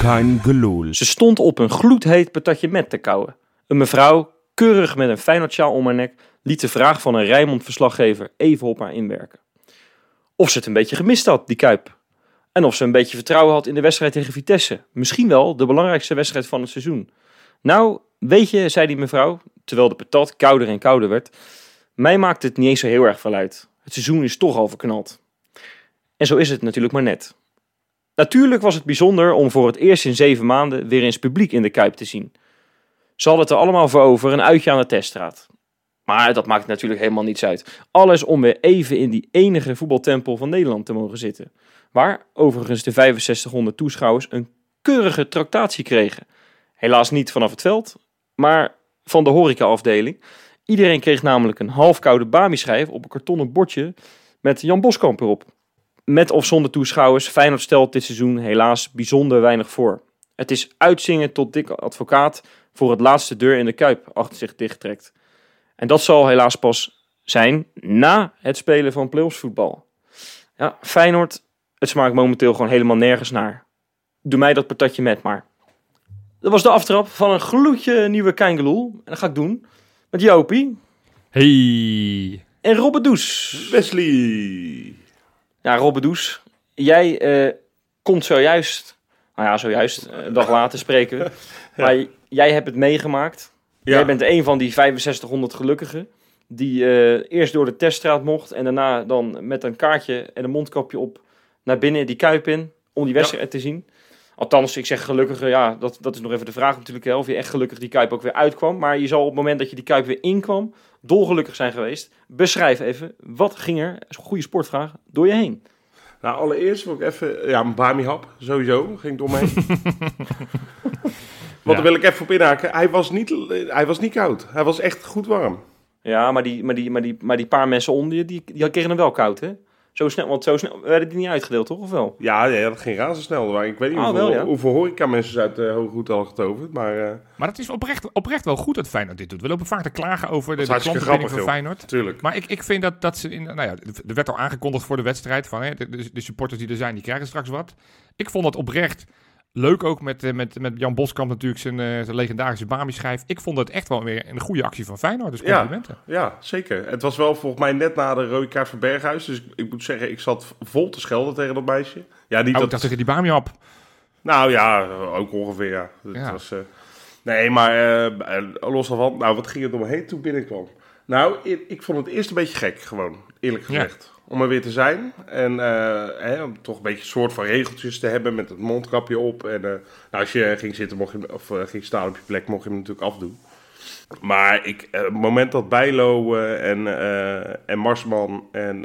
Kein gelul. Ze stond op een gloedheet patatje met te kauwen. Een mevrouw, keurig met een Feyenoordsjaal om haar nek, liet de vraag van een Rijnmond-verslaggever even op haar inwerken. Of ze het een beetje gemist had, die Kuip. En of ze een beetje vertrouwen had in de wedstrijd tegen Vitesse. Misschien wel de belangrijkste wedstrijd van het seizoen. Nou, weet je, zei die mevrouw, terwijl de patat kouder en kouder werd, mij maakt het niet eens zo heel erg veel uit. Het seizoen is toch al verknald. En zo is het natuurlijk maar net. Natuurlijk was het bijzonder om voor het eerst in 7 maanden weer eens publiek in de Kuip te zien. Ze hadden het er allemaal voor over, een uitje aan de Teststraat. Maar dat maakt natuurlijk helemaal niets uit. Alles om weer even in die enige voetbaltempel van Nederland te mogen zitten. Waar overigens de 6500 toeschouwers een keurige tractatie kregen. Helaas niet vanaf het veld, maar van de horecaafdeling. Iedereen kreeg namelijk een halfkoude Bami-schijf op een kartonnen bordje met Jan Boskamp erop. Met of zonder toeschouwers, Feyenoord stelt dit seizoen helaas bijzonder weinig voor. Het is uitzingen tot dik advocaat voor het laatste deur in de Kuip achter zich dichttrekt. En dat zal helaas pas zijn na het spelen van playoffsvoetbal. Ja, Feyenoord, het smaakt momenteel gewoon helemaal nergens naar. Doe mij dat patatje met maar. Dat was de aftrap van een gloedje nieuwe Keingeloel. En dat ga ik doen met Jopie. Hey. En Robbe Does. Wesley. Ja, Robbe Does. Jij komt zojuist, een dag later spreken we. Ja. Maar jij hebt het meegemaakt. Ja. Jij bent een van die 6500 gelukkigen die eerst door de teststraat mocht en daarna dan met een kaartje en een mondkapje op naar binnen die Kuip in om die wedstrijd te zien. Althans, ik zeg gelukkige, ja, dat is nog even de vraag natuurlijk, of je echt gelukkig die Kuip ook weer uitkwam. Maar je zal op het moment dat je die Kuip weer inkwam, dolgelukkig zijn geweest. Beschrijf even, wat ging er, dat is een goede sportvraag, door je heen? Nou, allereerst wil ik even, een Bami-hap, sowieso, ging door me heen. Want daar wil ik even op inhaken. Hij was niet koud, hij was echt goed warm. Ja, maar die paar mensen onder je, die kregen hem wel koud, hè? Zo snel werden die niet uitgedeeld, toch? Of wel? Ja, dat ging razendsnel. Maar ik weet niet hoeveel horeca mensen uit Hooghoed al getoverd. Maar dat is oprecht wel goed dat Feyenoord dit doet. We lopen vaak te klagen over de klantenbinding van Feyenoord. Tuurlijk. Maar ik vind dat ze... er werd al aangekondigd voor de wedstrijd van de supporters die er zijn, die krijgen straks wat. Ik vond het oprecht leuk ook met Jan Boskamp natuurlijk zijn legendarische Bami-schijf. Ik vond het echt wel weer een goede actie van Feyenoord. Dus complimenten. Ja, zeker. Het was wel volgens mij net na de rode kaart van Berghuis. Dus ik moet zeggen, ik zat vol te schelden tegen dat meisje. Ja, niet ik dacht tegen die Bami-hap. Nou ja, ook ongeveer, ja. Het was, nee, maar los daarvan, wat ging het om me heen toen binnenkwam? Nou, ik vond het eerst een beetje gek, gewoon, eerlijk gezegd. Ja. Om er weer te zijn. En om toch een beetje een soort van regeltjes te hebben met het mondkapje op. En als je ging zitten ging staan op je plek, mocht je hem natuurlijk afdoen. Maar het moment dat Bijlo en Marsman en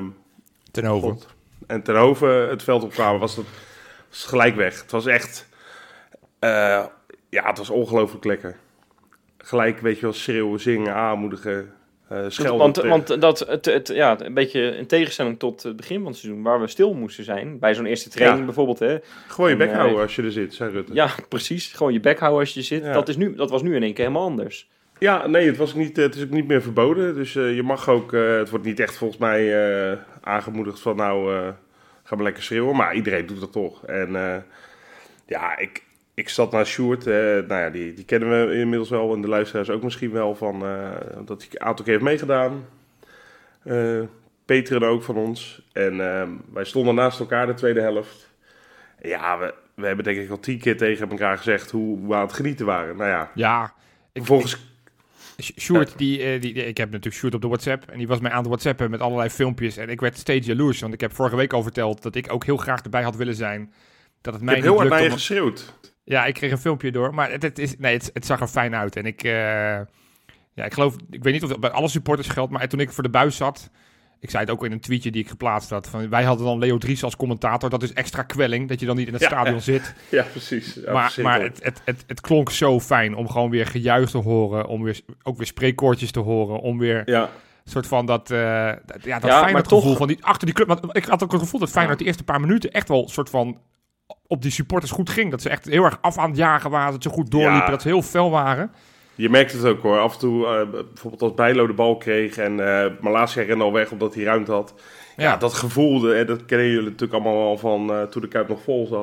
Ten Hoven het veld opkwamen, was het gelijk weg. Het was echt... het was ongelooflijk lekker. Gelijk, weet je wel, schreeuwen, zingen, aanmoedigen... Want een beetje in tegenstelling tot het begin van het seizoen, waar we stil moesten zijn, bij zo'n eerste training bijvoorbeeld. Hè. Gewoon je bek houden als je er zit, zei Rutte. Ja, precies. Gewoon je bek houden als je er zit. Ja. Dat was nu in één keer helemaal anders. Ja, nee, het is ook niet meer verboden. Dus je mag ook, het wordt niet echt volgens mij aangemoedigd van ga maar lekker schreeuwen. Maar iedereen doet dat toch. En ik zat naar Sjoerd, die kennen we inmiddels wel en de luisteraars ook misschien wel van dat hij een aantal keer heeft meegedaan. Peter en ook van ons. En wij stonden naast elkaar de tweede helft. Ja, we hebben denk ik al 10 keer tegen elkaar gezegd hoe we aan het genieten waren. Nou ja. Ja. Sjoerd, ik heb natuurlijk Sjoerd op de WhatsApp en die was mij aan het WhatsAppen met allerlei filmpjes en ik werd steeds jaloers, want ik heb vorige week al verteld dat ik ook heel graag erbij had willen zijn. Dat het mij ik heb heel hard naar je geschreeuwd. Ja, ik kreeg een filmpje door, maar het zag er fijn uit. En ik weet niet of het bij alle supporters geldt, maar toen ik voor de buis zat, ik zei het ook in een tweetje die ik geplaatst had, van wij hadden dan Leo Dries als commentator, dat is extra kwelling, dat je dan niet in het stadion zit. Ja, precies. Ja, maar het klonk zo fijn om gewoon weer gejuich te horen, om ook weer spreekkoortjes te horen, om weer... Ja. Soort van dat Feyenoord gevoel van achter die club. Want ik had ook het gevoel dat Feyenoord de eerste paar minuten echt wel soort van op die supporters goed ging. Dat ze echt heel erg af aan het jagen waren, dat ze goed doorliepen, dat ze heel fel waren. Je merkt het ook hoor. Af en toe, bijvoorbeeld als Bijlo de bal kreeg en Malacia rende al weg omdat hij ruimte had. Ja, dat gevoel, dat kennen jullie natuurlijk allemaal al van toen de Kuip nog vol zat.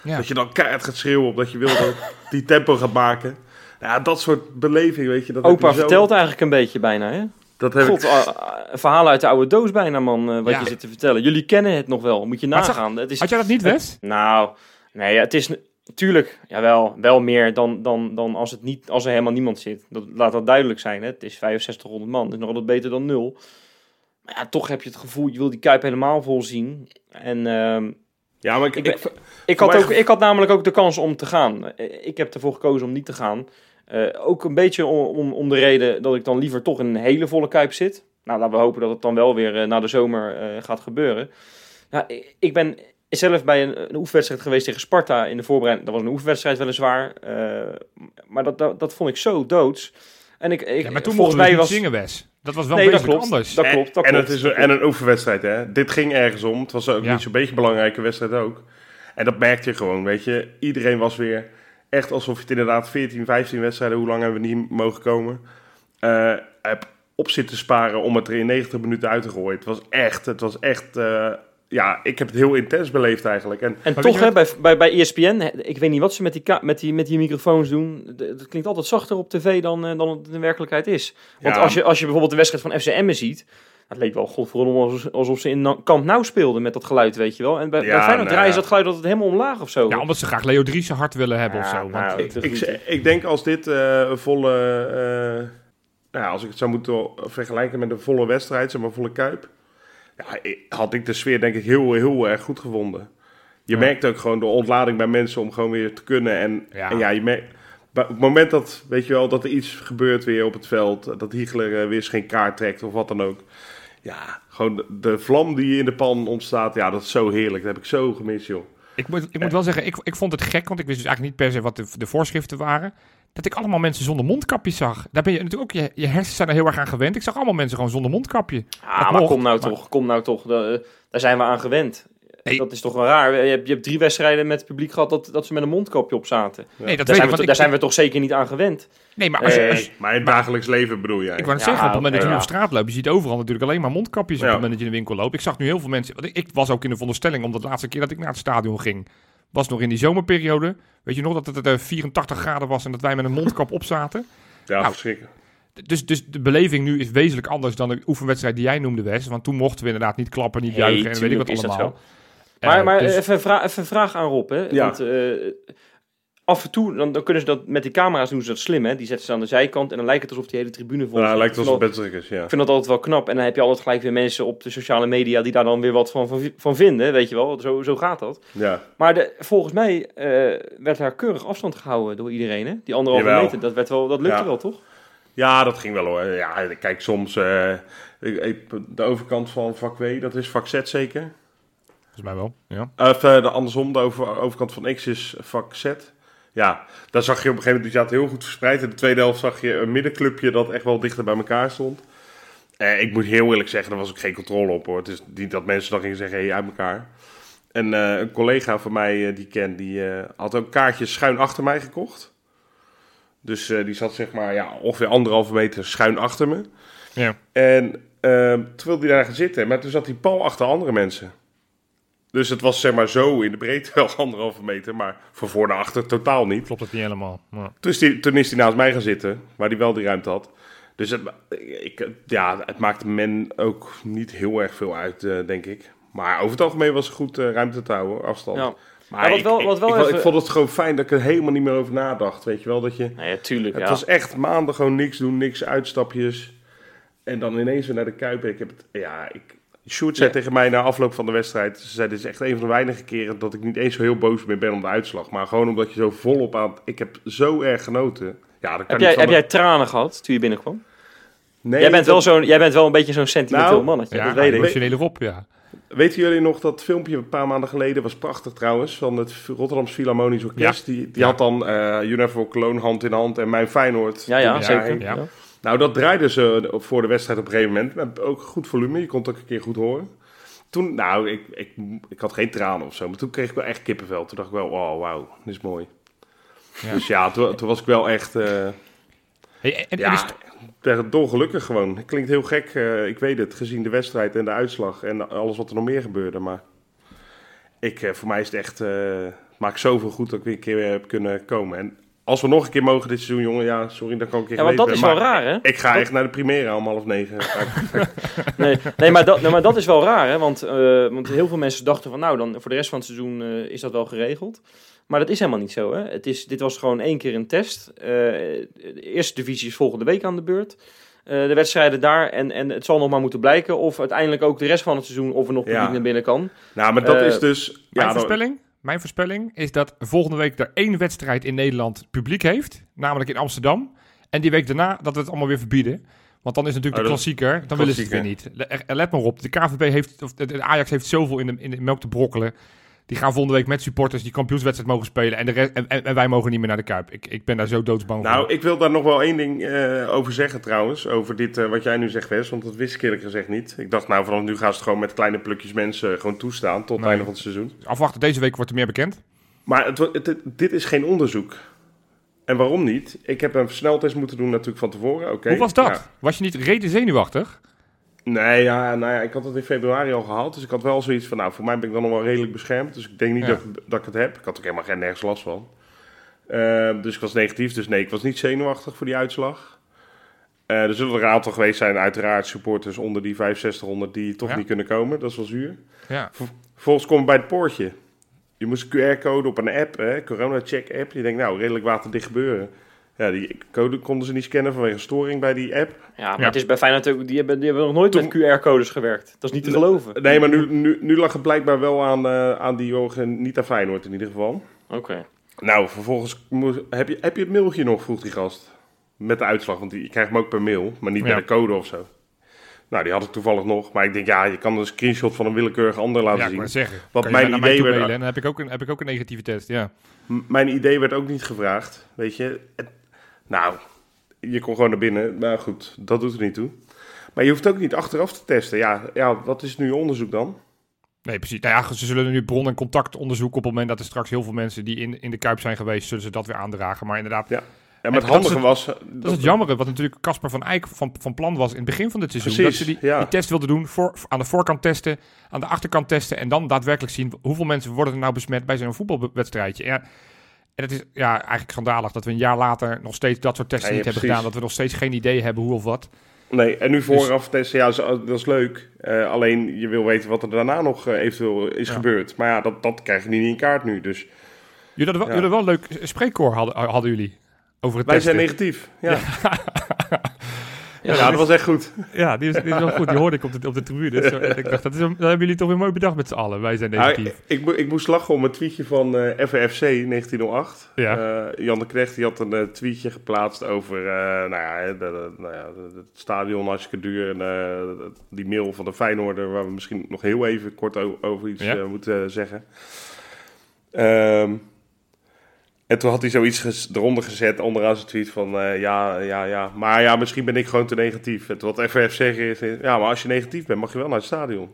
Ja. Dat je dan keihard gaat schreeuwen omdat je wil dat die tempo gaat maken. Ja, dat soort beleving, weet je. Dat Opa vertelt eigenlijk een beetje bijna, hè? Dat heb God, een verhaal uit de oude doos bijna, man, wat je zit te vertellen. Jullie kennen het nog wel, moet je nagaan. Had jij dat niet, Wes? Nee, het is natuurlijk wel meer dan als er helemaal niemand zit. Laat dat duidelijk zijn, hè? Het is 6500 man, dat is nog altijd beter dan 0. Maar ja, toch heb je het gevoel, je wil die Kuip helemaal vol zien. En ja, maar ik had namelijk ook de kans om te gaan. Ik heb ervoor gekozen om niet te gaan. Ook een beetje om de reden dat ik dan liever toch in een hele volle Kuip zit. Nou, laten we hopen dat het dan wel weer na de zomer gaat gebeuren. Nou, ik ben zelf bij een oefenwedstrijd geweest tegen Sparta in de voorbereiding. Dat was een oefenwedstrijd weliswaar. Maar dat vond ik zo doods. En maar toen mochten we niet zingen, Wes. Dat was wel wezenlijk anders. Dat klopt. En een oefenwedstrijd, hè. Dit ging ergens om. Het was ook niet zo'n beetje een belangrijke wedstrijd ook. En dat merkte je gewoon, weet je. Iedereen was weer echt alsof je het inderdaad 14, 15 wedstrijden... Hoe lang hebben we niet mogen komen? Heb op zitten sparen om het er in 90 minuten uit te gooien. Het was echt... ik heb het heel intens beleefd eigenlijk. En toch, hè, bij ESPN, ik weet niet wat ze met die microfoons doen. Het klinkt altijd zachter op tv dan het in werkelijkheid is. Want als je bijvoorbeeld de wedstrijd van FC Emmen ziet, het leek wel godverdomme alsof ze in Camp Nou speelden met dat geluid, weet je wel. En bij Feyenoord draaien ze dat geluid altijd helemaal omlaag of zo. Ja, omdat ze graag Leo Driessen hard willen hebben of zo. Want ik denk als dit een volle... als ik het zou moeten vergelijken met een volle wedstrijd, zeg maar volle Kuip... Ja, had ik de sfeer denk ik heel, heel erg goed gevonden. Je merkt ook gewoon de ontlading bij mensen om gewoon weer te kunnen. En je merkt, op het moment dat, weet je wel, dat er iets gebeurt weer op het veld, dat Hiegler weer geen kaart trekt of wat dan ook. Ja, gewoon de vlam die in de pan ontstaat, dat is zo heerlijk. Dat heb ik zo gemist, joh. Ik moet wel zeggen, ik vond het gek, want ik wist dus eigenlijk niet per se wat de voorschriften waren. Dat ik allemaal mensen zonder mondkapjes zag. Daar ben je natuurlijk ook, je hersens zijn er heel erg aan gewend. Ik zag allemaal mensen gewoon zonder mondkapje. Kom nou toch. Daar zijn we aan gewend. Nee. Dat is toch wel raar. Je hebt 3 wedstrijden met het publiek gehad dat ze met een mondkapje op zaten. Ja. Nee, daar zijn we toch zeker niet aan gewend. Nee, maar maar in het dagelijks leven bedoel jij? Ik wou net zeggen, op het moment dat je nu op straat loopt, je ziet overal natuurlijk alleen maar mondkapjes op het moment dat je in de winkel loopt. Ik zag nu heel veel mensen. Ik was ook in de veronderstelling, omdat de laatste keer dat ik naar het stadion ging, was nog in die zomerperiode. Weet je nog dat het 84 graden was en dat wij met een mondkap op zaten? Ja, verschrikkelijk. Dus de beleving nu is wezenlijk anders dan de oefenwedstrijd die jij noemde, Wes. Want toen mochten we inderdaad niet klappen, niet juichen en weet ik wat allemaal. Maar even een vraag aan Rob, hè? Ja. Want af en toe, dan kunnen ze dat met die camera's doen ze dat slim, hè? Die zetten ze aan de zijkant en dan lijkt het alsof die hele tribune vol is. Ja, lijkt alsof het bedruk is, ja. Ik vind dat altijd wel knap. En dan heb je altijd gelijk weer mensen op de sociale media die daar dan weer wat van vinden, weet je wel. Zo gaat dat. Ja. Maar volgens mij werd daar keurig afstand gehouden door iedereen, hè? Die 1,5 meter, dat lukte wel, toch? Ja, dat ging wel, hoor. Ja, kijk, soms de overkant van vak W, dat is vak Z zeker. Volgens mij wel, ja. Of andersom, de overkant van X is vak Z. Ja, daar zag je op een gegeven moment, die zaten heel goed verspreid. In de tweede helft zag je een middenclubje dat echt wel dichter bij elkaar stond. Ik moet heel eerlijk zeggen, daar was ook geen controle op, hoor. Het is niet dat mensen dan gingen zeggen, uit elkaar. En een collega van mij, die had ook kaartjes schuin achter mij gekocht. Dus die zat zeg maar ongeveer 1,5 meter schuin achter me. Ja. En toen wilde hij daar gaan zitten, maar toen zat hij pal achter andere mensen. Dus het was zeg maar zo in de breedte wel 1,5 meter, maar van voor naar achter totaal niet. Klopt het niet helemaal. Ja. Toen is hij naast mij gaan zitten, waar hij wel die ruimte had. Dus het maakte men ook niet heel erg veel uit, denk ik. Maar over het algemeen was het goed ruimte te houden, afstand. Ja. Maar ik vond het gewoon fijn dat ik er helemaal niet meer over nadacht, weet je wel. Dat je, ja, tuurlijk, het was echt maanden gewoon niks doen, niks uitstapjes. En dan ineens weer naar de Kuip. Sjoerd zei tegen mij na afloop van de wedstrijd, ze zei, dit is echt een van de weinige keren dat ik niet eens zo heel boos meer ben om de uitslag. Maar gewoon omdat je zo volop aan... Ik heb zo erg genoten. Ja, heb jij tranen gehad toen je binnenkwam? Nee. Jij bent wel een beetje zo'n sentimenteel mannetje, dat weet ik. Emotionele Rob, ja. Weten jullie nog dat filmpje een paar maanden geleden, was prachtig trouwens, van het Rotterdams Philharmonisch Orkest. Ja. Die had dan Unifor Cologne hand in hand en mijn Feyenoord. Ja, zeker. Ja. Nou, dat draaiden ze voor de wedstrijd op een gegeven moment. Met ook goed volume, je kon het ook een keer goed horen. Toen, ik had geen tranen of zo, maar toen kreeg ik wel echt kippenvel. Toen dacht ik wel, oh, wauw, dit is mooi. Ja. Dus ja, toen was ik wel echt... dolgelukkig gewoon. Het klinkt heel gek, ik weet het, gezien de wedstrijd en de uitslag en alles wat er nog meer gebeurde. Maar voor mij is het echt het maakt zoveel goed dat ik weer een keer heb kunnen komen. En als we nog een keer mogen dit seizoen, jongen, ja, sorry, dan kan ik een keer want dat is wel raar, hè? Ik ga echt naar de Primera om 8:30. nee, maar dat is wel raar, hè? Want heel veel mensen dachten van, nou, dan voor de rest van het seizoen is dat wel geregeld. Maar dat is helemaal niet zo, hè? Dit was gewoon 1 keer een test. De eerste divisie is volgende week aan de beurt. De wedstrijden daar. En het zal nog maar moeten blijken of uiteindelijk ook de rest van het seizoen of er nog publiek naar binnen kan. Nou, maar dat is dus... Mijn voorspelling is dat volgende week er 1 wedstrijd in Nederland publiek heeft. Namelijk in Amsterdam. En die week daarna dat we het allemaal weer verbieden. Want dan is natuurlijk de klassieker. Dan willen ze het weer niet. Let maar op. De KVB heeft... Of de Ajax heeft zoveel in de melk te brokkelen. Die gaan volgende week met supporters die kampioenswedstrijd mogen spelen. En wij mogen niet meer naar de Kuip. Ik ben daar zo doodsbang voor. Nou, ik wil daar nog wel 1 ding over zeggen trouwens. Over dit wat jij nu zegt, Wes. Want dat wist ik eerlijk gezegd niet. Ik dacht, nou, vanaf nu gaan ze het gewoon met kleine plukjes mensen gewoon toestaan. Tot het einde van het seizoen. Afwachten, deze week wordt er meer bekend. Maar dit is geen onderzoek. En waarom niet? Ik heb een sneltest moeten doen natuurlijk van tevoren. Okay, hoe was dat? Ja. Was je niet rete zenuwachtig? Nee, ik had het in februari al gehaald. Dus ik had wel zoiets van, nou, voor mij ben ik dan nog wel redelijk beschermd. Dus ik denk niet dat ik het heb. Ik had ook helemaal nergens last van. Dus ik was negatief. Dus nee, ik was niet zenuwachtig voor die uitslag. Er zullen er een aantal geweest zijn, uiteraard supporters onder die 6500 die toch niet kunnen komen. Dat is wel zuur. Ja. Vervolgens kom ik bij het poortje. Je moest een QR-code op een app, corona-check-app. Je denkt, nou, redelijk waterdicht gebeuren. Ja, die code konden ze niet scannen vanwege een storing bij die app. Ja, maar het is bij Feyenoord ook, die hebben nog nooit met QR-codes gewerkt. Dat is niet te geloven. Nee, maar nu lag het blijkbaar wel aan die ogen, niet aan Feyenoord in ieder geval. Oké. Nou, vervolgens, heb je het mailtje nog, vroeg die gast. Met de uitslag, want je krijgt hem ook per mail, maar niet met de code of zo. Nou, die had ik toevallig nog. Maar ik denk, je kan een screenshot van een willekeurige ander laten zien. Ja, ik maar zeggen. Wat mijn idee werd... Dan heb ik ook een negatieve test, ja. Mijn idee werd ook niet gevraagd, weet je. Je kon gewoon naar binnen. Maar goed, dat doet er niet toe. Maar je hoeft ook niet achteraf te testen. Ja, wat is nu je onderzoek dan? Nee, precies. Nou ja, ze zullen nu bron- en contactonderzoek op het moment dat er straks heel veel mensen die in de Kuip zijn geweest, zullen ze dat weer aandragen. Maar inderdaad... Ja. En het handige was... Dat is het jammere, wat natuurlijk Casper van Eyck van plan was in het begin van dit seizoen. Precies, dat ze die test wilden doen, aan de voorkant testen, aan de achterkant testen en dan daadwerkelijk zien hoeveel mensen worden er nou besmet bij zo'n voetbalwedstrijdje. Ja, en het is eigenlijk schandalig dat we een jaar later nog steeds dat soort testen niet hebben gedaan. Dat we nog steeds geen idee hebben hoe of wat. Nee, en nu vooraf testen, dat is leuk. Alleen je wil weten wat er daarna nog eventueel is gebeurd. Maar dat krijg je niet in kaart nu. Dus. Jullie hadden wel een leuk spreekkoor hadden jullie. Wij zijn negatief, ja. Dat was echt goed. Ja, die is wel goed. Die hoorde ik op de tribune. Dus ik dacht, dat hebben jullie toch weer mooi bedacht met z'n allen. Wij zijn negatief. Ik moest lachen om een tweetje van FFC 1908. Ja. Jan de Knecht die had een tweetje geplaatst over het stadion hartstikke duur. En die mail van de Feyenoorder, waar we misschien nog heel even kort over iets moeten zeggen. En toen had hij zoiets eronder gezet, onderaan zijn tweet van maar misschien ben ik gewoon te negatief. En wat FF zeggen is, maar als je negatief bent, mag je wel naar het stadion.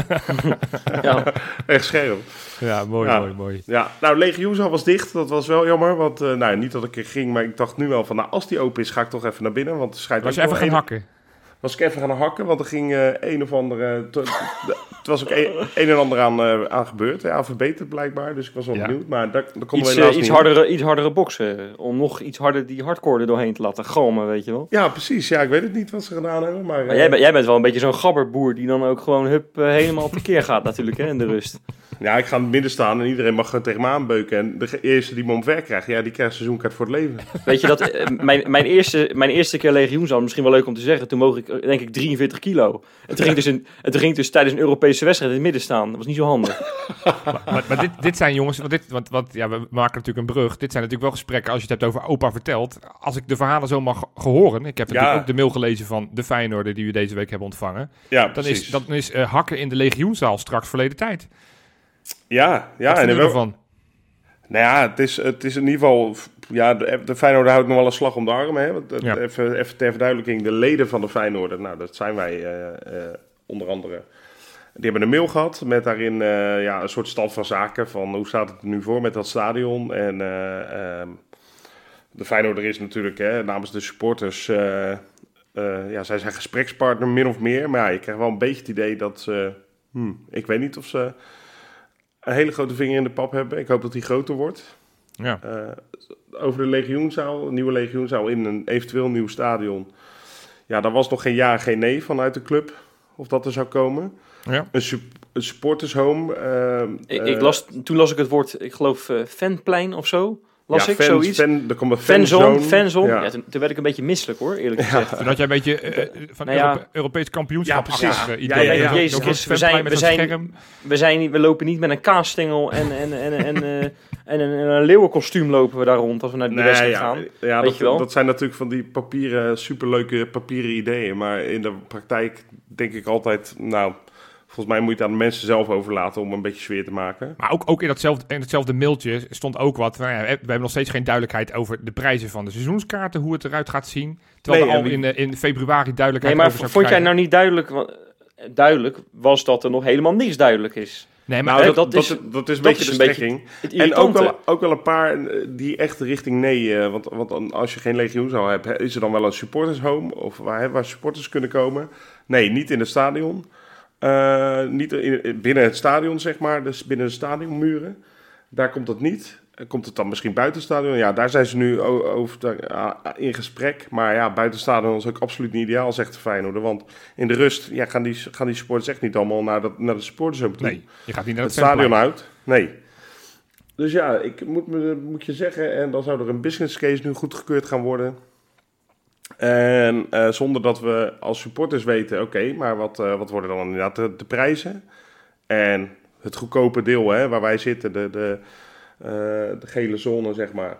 Echt scherp. Ja, mooi. Ja, nou, Legioenzaal was dicht, dat was wel jammer, want niet dat ik er ging, maar ik dacht nu wel van, als die open is, ga ik toch even naar binnen, want het schijnt was je even gaan hakken? Was ik even gaan hakken, want er ging een of andere... Het was ook een en ander aan gebeurd. Ja, verbeterd blijkbaar, dus ik was wel benieuwd. Maar daar konden we helaas iets hardere boksen. Om nog iets harder die hardcore er doorheen te laten galmen, weet je wel. Ja, precies. Ja, ik weet het niet wat ze gedaan hebben. Maar jij bent wel een beetje zo'n gabberboer die dan ook gewoon helemaal tekeer gaat natuurlijk, hè, in de rust. Ja, ik ga in het midden staan en iedereen mag gewoon tegen me aanbeuken. En de eerste die me omver krijgt, die krijgt een seizoenkaart voor het leven. Weet je dat, mijn eerste keer legioenzaal, misschien wel leuk om te zeggen, toen mocht ik denk ik 43 kilo. En toen ging ik dus tijdens een Europese wedstrijd in het midden staan. Dat was niet zo handig. maar dit zijn jongens, want we maken natuurlijk een brug. Dit zijn natuurlijk wel gesprekken, als je het hebt over opa verteld. Als ik de verhalen zo mag horen, ik heb natuurlijk ook de mail gelezen van de Feyenoorder die we deze week hebben ontvangen. Ja, dan is hakken in de legioenzaal straks verleden tijd. Ja. Wat vind je ervan? Nou ja, het is in ieder geval... Ja, de Feyenoorder houdt nog wel een slag om de arm. Hè? Even ter verduidelijking, de leden van de Feyenoorder, nou, dat zijn wij onder andere. Die hebben een mail gehad met daarin een soort stand van zaken van hoe staat het er nu voor met dat stadion. En de Feyenoorder is natuurlijk namens de supporters... zij zijn gesprekspartner min of meer. Maar je krijgt wel een beetje het idee dat ze... ik weet niet of ze... een hele grote vinger in de pap hebben. Ik hoop dat die groter wordt. Ja. Over de legioenzaal, een nieuwe legioenzaal in een eventueel nieuw stadion. Ja, daar was nog geen ja, geen nee vanuit de club of dat er zou komen. Ja. Een supportershome. Toen las ik het woord, ik geloof fanplein of zo. Zoiets. Er komt een fanzone. Ja. Ja, toen werd ik een beetje misselijk hoor, eerlijk gezegd. Toen had jij een beetje van Europees kampioenschap. Ja, precies. Jezus, we lopen niet met een kaasstengel en een leeuwenkostuum lopen we daar rond als we naar de wedstrijd gaan. Ja, dat zijn natuurlijk van die superleuke papieren ideeën. Maar in de praktijk denk ik altijd, volgens mij moet je het aan de mensen zelf overlaten om een beetje sfeer te maken. Maar ook in hetzelfde mailtje stond ook wat. We hebben nog steeds geen duidelijkheid over de prijzen van de seizoenskaarten, hoe het eruit gaat zien. Terwijl er al in februari duidelijkheid over zou vond jij nou niet duidelijk? Duidelijk was dat er nog helemaal niks duidelijk is. Nee, maar dat is een beetje de strekking. En ook wel een paar die echt richting nee. Want als je geen legioenzaal hebt, is er dan wel een supportershome of waar supporters kunnen komen? Nee, niet in het stadion. Niet binnen het stadion, zeg maar, dus binnen de stadionmuren. Daar komt het niet. Komt het dan misschien buiten het stadion? Ja, daar zijn ze nu over in gesprek. Maar ja, buiten het stadion is ook absoluut niet ideaal, zegt de Feyenoorder. Want in de rust gaan die supporters echt niet allemaal naar de supporters toe. Nee, je gaat niet naar het stadion uit. Nee. Dus ja, ik moet je zeggen, en dan zou er een business case nu goedgekeurd gaan worden. En zonder dat we als supporters weten, oké, maar wat worden dan inderdaad de prijzen? En het goedkope deel, waar wij zitten, de gele zone, zeg maar.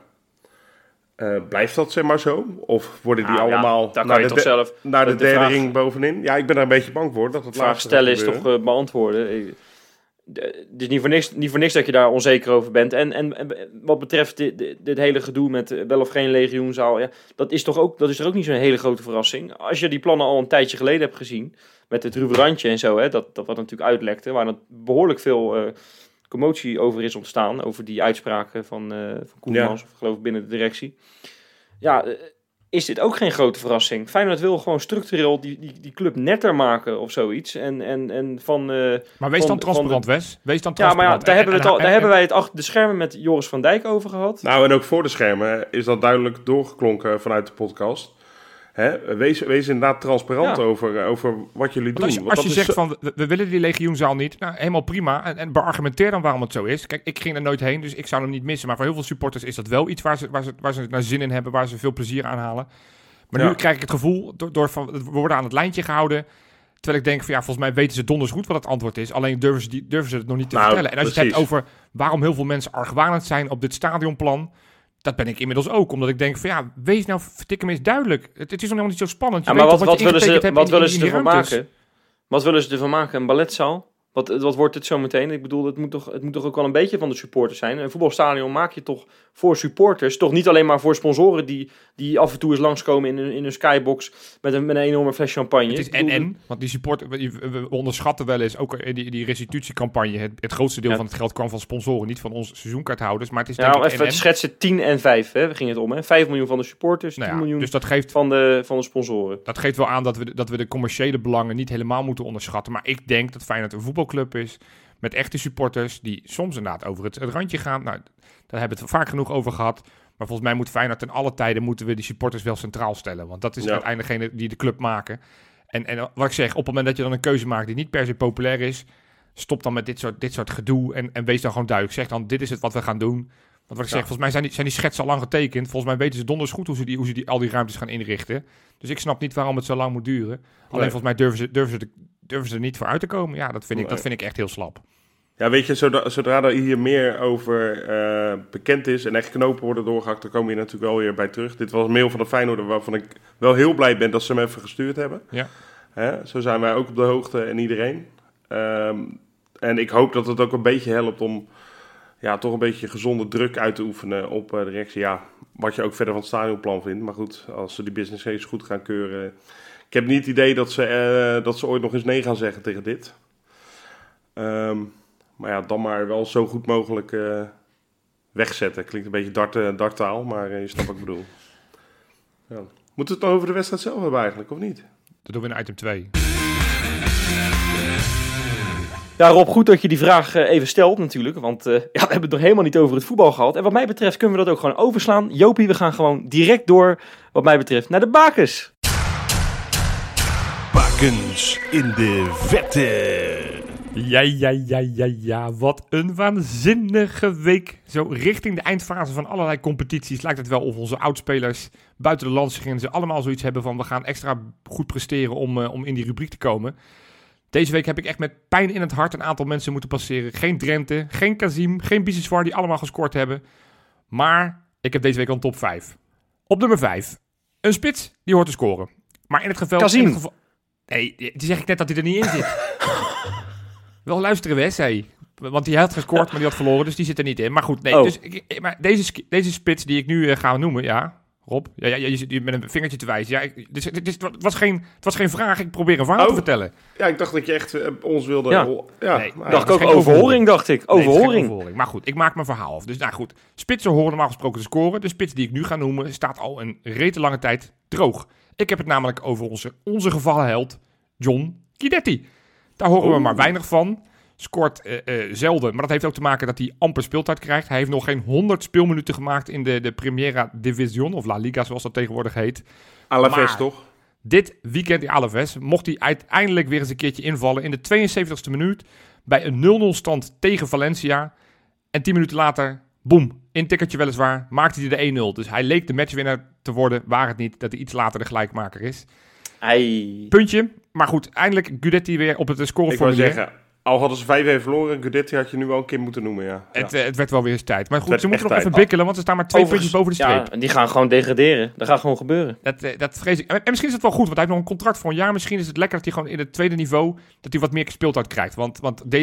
Blijft dat zeg maar zo? Of worden die allemaal naar de derde ring bovenin? Ja, ik ben er een beetje bang voor. Dat het vraag stellen is toch beantwoorden. Het is niet voor niks dat je daar onzeker over bent. En wat betreft dit hele gedoe met wel of geen legioenzaal, dat is er ook niet zo'n hele grote verrassing. Als je die plannen al een tijdje geleden hebt gezien, met het ruwe randje en zo, dat wat natuurlijk uitlekte, waar er behoorlijk veel commotie over is ontstaan, over die uitspraken van Koelemans, of geloof ik binnen de directie. Ja, is dit ook geen grote verrassing. Feyenoord wil gewoon structureel die club netter maken of zoiets. Maar wees dan transparant, Wes. Wees dan transparant. Ja, maar daar hebben wij het achter de schermen met Joris van Dijk over gehad. Nou, en ook voor de schermen is dat duidelijk doorgeklonken vanuit de podcast. Wees inderdaad transparant over wat jullie doen. Als je zegt van, we willen die legioenzaal niet, helemaal prima. En beargumenteer dan waarom het zo is. Kijk, ik ging er nooit heen, dus ik zou hem niet missen. Maar voor heel veel supporters is dat wel iets waar ze naar zin in hebben, waar ze veel plezier aan halen. Maar nu krijg ik het gevoel, we worden aan het lijntje gehouden. Terwijl ik denk van, volgens mij weten ze donders goed wat het antwoord is. Alleen durven ze het nog niet te vertellen. En als je het hebt over waarom heel veel mensen argwanend zijn op dit stadionplan, dat ben ik inmiddels ook, omdat ik denk van wees nou vertikken eens duidelijk. Het is nog helemaal niet zo spannend. Maar wat willen ze ervan maken? Wat willen ze ervan maken? Een balletzaal? Wat wordt het zo meteen? Ik bedoel, het moet toch ook wel een beetje van de supporters zijn. Een voetbalstadion maak je toch voor supporters. Toch niet alleen maar voor sponsoren die af en toe eens langskomen in hun skybox met een enorme fles champagne. Het is want die supporter, we onderschatten wel eens ook die restitutiecampagne. Het grootste deel van het geld kwam van sponsoren, niet van onze seizoenkaarthouders. Maar het is denk ik even schetsen 10 en 5. We gingen het om. 5 miljoen van de supporters, 10 miljoen dus dat geeft, van de sponsoren. Dat geeft wel aan dat we de commerciële belangen niet helemaal moeten onderschatten. Maar ik denk dat Feyenoord een voetbalclub is met echte supporters die soms inderdaad over het randje gaan. Nou, daar hebben we het vaak genoeg over gehad. Maar volgens mij moet Feyenoord ten alle tijden moeten we die supporters wel centraal stellen. Want dat is uiteindelijk degene die de club maken. En wat ik zeg, op het moment dat je dan een keuze maakt die niet per se populair is, stop dan met dit soort gedoe en wees dan gewoon duidelijk. Zeg dan, dit is het wat we gaan doen. Want wat ik zeg, volgens mij zijn die schetsen al lang getekend. Volgens mij weten ze donders goed hoe ze al die ruimtes gaan inrichten. Dus ik snap niet waarom het zo lang moet duren. Alleen volgens mij durven ze er niet voor uit te komen. Ja, dat vind ik echt heel slap. Ja, weet je, zodra er hier meer over bekend is en echt knopen worden doorgehakt, dan komen we hier natuurlijk wel weer bij terug. Dit was een mail van de Feyenoorder waarvan ik wel heel blij ben dat ze hem even gestuurd hebben. Ja. Zo zijn wij ook op de hoogte en iedereen. En ik hoop dat het ook een beetje helpt om toch een beetje gezonde druk uit te oefenen op de directie. Ja, wat je ook verder van het stadionplan vindt. Maar goed, als ze die business case goed gaan keuren. Ik heb niet het idee dat ze ooit nog eens nee gaan zeggen tegen dit. Maar dan maar wel zo goed mogelijk wegzetten. Klinkt een beetje darttaal, maar je snapt wat ik bedoel. Ja. Moeten we het dan over de wedstrijd zelf hebben eigenlijk, of niet? Dat doen we in item 2. Ja, Rob, goed dat je die vraag even stelt natuurlijk. Want we hebben het nog helemaal niet over het voetbal gehad. En wat mij betreft kunnen we dat ook gewoon overslaan. Jopie, we gaan gewoon direct door, wat mij betreft, naar de bakens. Bakens in de vette. Ja. Wat een waanzinnige week. Zo richting de eindfase van allerlei competities lijkt het wel of onze oudspelers buiten de landsgrenzen allemaal zoiets hebben van we gaan extra goed presteren om in die rubriek te komen. Deze week heb ik echt met pijn in het hart een aantal mensen moeten passeren. Geen Drenthe, geen Kazim, geen Biseswar die allemaal gescoord hebben. Maar ik heb deze week al een top 5. Op nummer 5. Een spits die hoort te scoren. Maar in het geval... Kazim. Nee, die zeg ik net dat hij er niet in zit. Wel luisteren Wes, hé. Want die had gescoord, maar die had verloren, dus die zit er niet in. Maar goed, nee. Oh. Dus maar deze spits die ik nu ga noemen, ja... Rob, je zit met een vingertje te wijzen. Ja, het was geen vraag, ik probeer een verhaal te vertellen. Ja, ik dacht dat je echt ons wilde... Ja. Nee, dacht ik ook overhoring, dacht ik. Overhoring. Maar goed, ik maak mijn verhaal af. Dus nou goed, spitsen horen normaal gesproken te scoren. De spits die ik nu ga noemen staat al een rete lange tijd droog. Ik heb het namelijk over onze gevallen held, John Guidetti. Daar horen we maar weinig van. Scoort zelden, maar dat heeft ook te maken dat hij amper speeltijd krijgt. Hij heeft nog geen 100 speelminuten gemaakt in de Primera División, of La Liga zoals dat tegenwoordig heet. Alaves toch? Dit weekend in Alaves mocht hij uiteindelijk weer eens een keertje invallen in de 72e minuut bij een 0-0 stand tegen Valencia. En 10 minuten later, boem, intikkertje weliswaar, maakte hij de 1-0. Dus hij leek de matchwinnaar te worden, waar het niet dat hij iets later de gelijkmaker is. Puntje, maar goed, eindelijk Guidetti weer op het scoreformulier. Ik wou zeggen, al hadden ze 5-1 verloren, Guidetti had je nu wel een keer moeten noemen, ja. Het werd wel weer eens tijd. Maar goed, ze moeten nog even bikkelen, want ze staan maar 2 puntjes boven de streep. Ja, die gaan gewoon degraderen. Dat gaat gewoon gebeuren. Dat vrees ik. En misschien is het wel goed, want hij heeft nog een contract voor een jaar. Misschien is het lekker dat hij gewoon in het tweede niveau, dat hij wat meer gespeeldheid krijgt. Want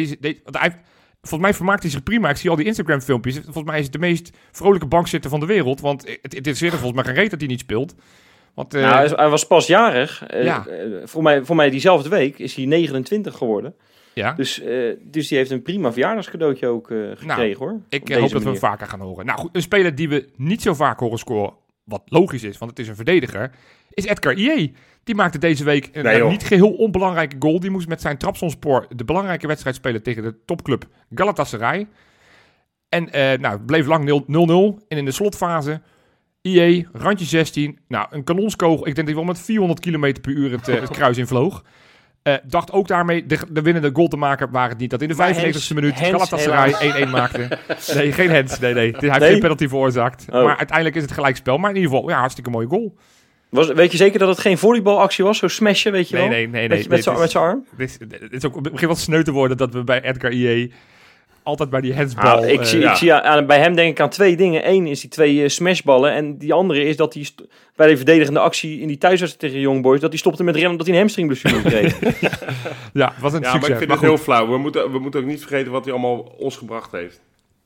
volgens mij vermaakt hij zich prima. Ik zie al die Instagram filmpjes. Volgens mij is het de meest vrolijke bankzitter van de wereld. Want het interesseert er volgens mij geen reet dat hij niet speelt. Want, hij was pas jarig. Voor mij diezelfde week is hij 29 geworden. Ja. Dus die heeft een prima verjaardagscadeautje ook gekregen, hoor. Ik hoop dat we hem vaker gaan horen. Nou goed, een speler die we niet zo vaak horen scoren, wat logisch is, want het is een verdediger, is Edgar Ije. Die maakte deze week een niet geheel onbelangrijke goal. Die moest met zijn Trabzonspor de belangrijke wedstrijd spelen tegen de topclub Galatasaray. En bleef lang 0-0. En in de slotfase, Ije, randje 16. Nou, een kanonskogel. Ik denk dat hij wel met 400 km per uur het kruis invloog. Dacht ook daarmee de winnende goal te maken, waar het niet dat in de 95e minuut Galatasaray 1-1 maakte. Nee, geen hands. Nee. Hij heeft geen penalty veroorzaakt. Oh. Maar uiteindelijk is het gelijkspel. Maar in ieder geval, hartstikke mooie goal. Weet je zeker dat het geen volleybalactie was? Zo smashen, weet je wel? Nee. Met zijn arm? Het is ook, het begint wat sneu te worden dat we bij Edgar Ije altijd bij die handsbal... Ik zie bij hem denk ik aan 2 dingen. Eén is die 2 smashballen. En die andere is dat hij bij de verdedigende actie in die thuiswedstrijd tegen Young Boys, dat hij stopte met rennen omdat hij een hamstringblessure kreeg. Ja, was een succes. Maar ik vind het heel flauw. We moeten ook niet vergeten wat hij allemaal ons gebracht heeft.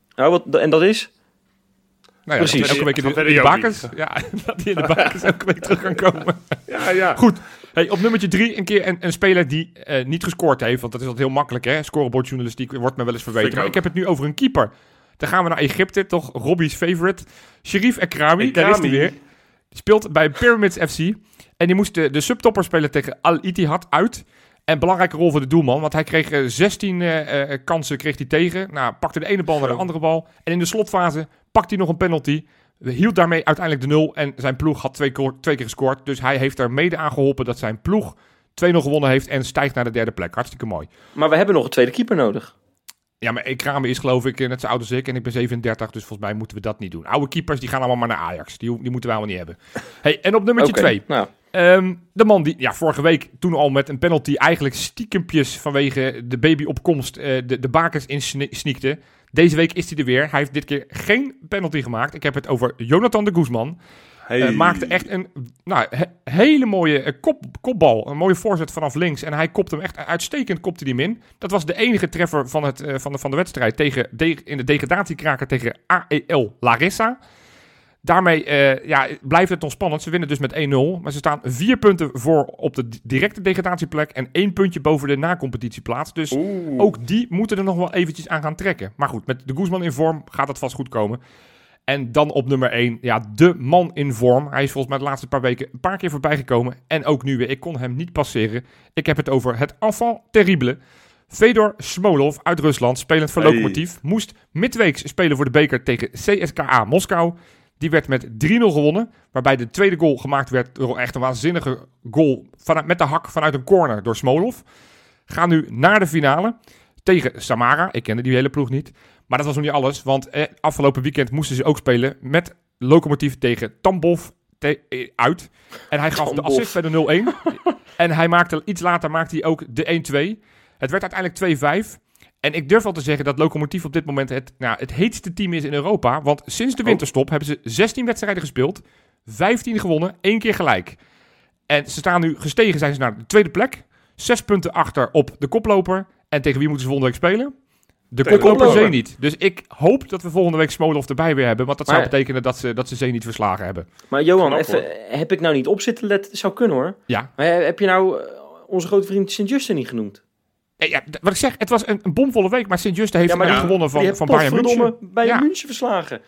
En dat is? Nou ja, precies. Elke week in de bakens. Ja, dat hij in de bakens elke week terug kan komen. Ja. Goed. Hey, op nummertje 3 een keer een speler die niet gescoord heeft. Want dat is altijd heel makkelijk, hè. Scorebordjournalistiek wordt me wel eens verweten. Maar ik heb het nu over een keeper. Dan gaan we naar Egypte, toch? Robbie's favorite. Sherif Ekrami, daar is hij weer. Die speelt bij Pyramids FC. En die moest de subtopper spelen tegen Al Ittihad uit. En belangrijke rol voor de doelman, want hij kreeg 16 kansen kreeg hij tegen. Nou, pakte de ene bal naar de andere bal. En in de slotfase pakte hij nog een penalty. Hield daarmee uiteindelijk de 0. En zijn ploeg had 2 keer gescoord. Dus hij heeft er mede aan geholpen dat zijn ploeg 2-0 gewonnen heeft. En stijgt naar de 3e plek. Hartstikke mooi. Maar we hebben nog een tweede keeper nodig. Ja, maar Ekrami is geloof ik net zo oud als ik. En ik ben 37, dus volgens mij moeten we dat niet doen. Oude keepers die gaan allemaal maar naar Ajax. Die moeten wij allemaal niet hebben. Hey, en op nummertje 2. Nou. De man die vorige week toen al met een penalty eigenlijk stiekempjes vanwege de babyopkomst de bakens insneakte. Deze week is hij er weer. Hij heeft dit keer geen penalty gemaakt. Ik heb het over Jonathan de Guzman. Maakte echt een hele mooie kopbal. Een mooie voorzet vanaf links. En hij kopte hem echt uitstekend kopte hij hem in. Dat was de enige treffer van de wedstrijd in de degradatiekraker tegen AEL Larissa. Daarmee blijft het nog spannend. Ze winnen dus met 1-0. Maar ze staan 4 punten voor op de directe degradatieplek. En 1 puntje boven de na-competitieplaats. Dus ook die moeten er nog wel eventjes aan gaan trekken. Maar goed, met de Guzman in vorm gaat het vast goed komen. En dan op nummer 1, de man in vorm. Hij is volgens mij de laatste paar weken een paar keer voorbij gekomen. En ook nu weer. Ik kon hem niet passeren. Ik heb het over het enfant terrible Fedor Smolov uit Rusland, spelend voor Lokomotiv, moest midweeks spelen voor de beker tegen CSKA Moskou. Die werd met 3-0 gewonnen, waarbij de tweede goal gemaakt werd door echt een waanzinnige goal met de hak vanuit een corner door Smolov. Gaan nu naar de finale tegen Samara. Ik kende die hele ploeg niet, maar dat was nog niet alles, want afgelopen weekend moesten ze ook spelen met Lokomotiv tegen Tambov uit. En hij gaf de assist bij de 0-1. En iets later maakte hij ook de 1-2. Het werd uiteindelijk 2-5. En ik durf wel te zeggen dat Lokomotiv op dit moment het heetste team is in Europa. Want sinds de winterstop hebben ze 16 wedstrijden gespeeld. 15 gewonnen, 1 keer gelijk. En ze staan nu gestegen, zijn ze naar de tweede plek. 6 punten achter op de koploper. En tegen wie moeten ze volgende week spelen? De koploper Zenit. Dus ik hoop dat we volgende week Smolov erbij weer hebben. Want dat zou betekenen dat ze Zenit verslagen hebben. Maar Johan, heb ik nou niet op zitten letten? Dat zou kunnen hoor. Ja. Maar heb je nou onze grote vriend Sint-Juste niet genoemd? Ja, wat ik zeg, het was een bomvolle week. Maar Sint-Juste heeft gewonnen van Bayern München. Bayern München verslagen.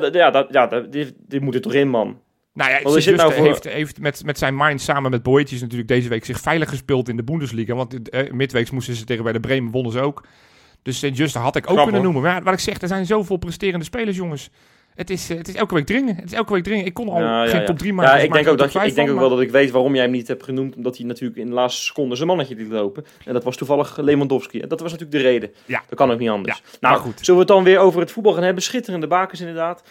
Dit moet er toch in, man. Nou ja, Sint-Juste heeft met zijn mind samen met Boetjes natuurlijk deze week zich veilig gespeeld in de Bundesliga. Want midweeks moesten ze tegen Werder Bremen, wonnen ze ook. Dus Sint-Juste had ik ook kunnen noemen. Maar wat ik zeg, er zijn zoveel presterende spelers, jongens. Het is elke week dringen. Ik kon al geen top 3 maken. Ja, ik denk ook wel dat ik weet waarom jij hem niet hebt genoemd. Omdat hij natuurlijk in de laatste seconde zijn mannetje liet lopen. En dat was toevallig Lewandowski. Dat was natuurlijk de reden. Ja. Dat kan ook niet anders. Ja, nou, goed. Zullen we het dan weer over het voetbal gaan hebben? Schitterende bakens inderdaad.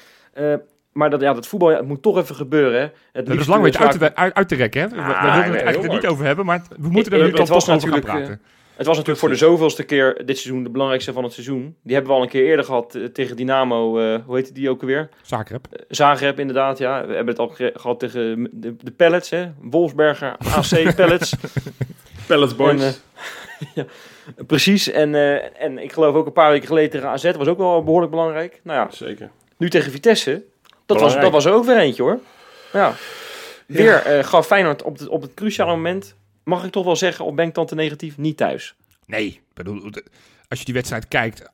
Maar dat voetbal het moet toch even gebeuren. Hè. Dat is lang weer uit te rekken. Hè? We wilden het eigenlijk niet over hebben. Maar we moeten er nu toch over gaan praten. Het was natuurlijk voor de zoveelste keer dit seizoen de belangrijkste van het seizoen. Die hebben we al een keer eerder gehad tegen Dynamo. Hoe heette die ook alweer? Zagreb, inderdaad. Ja. We hebben het al gehad tegen de Pellets. Hè? Wolfsberger, AC Pellets. Pellets Boys. Ja, precies. En ik geloof ook een paar weken geleden tegen AZ. Was ook wel behoorlijk belangrijk. Nou ja, zeker. Nu tegen Vitesse. Dat was er ook weer eentje hoor. Ja. Weer gaf Feyenoord op het cruciale moment... Mag ik toch wel zeggen, of ben ik dan te negatief, niet thuis? Nee, als je die wedstrijd kijkt,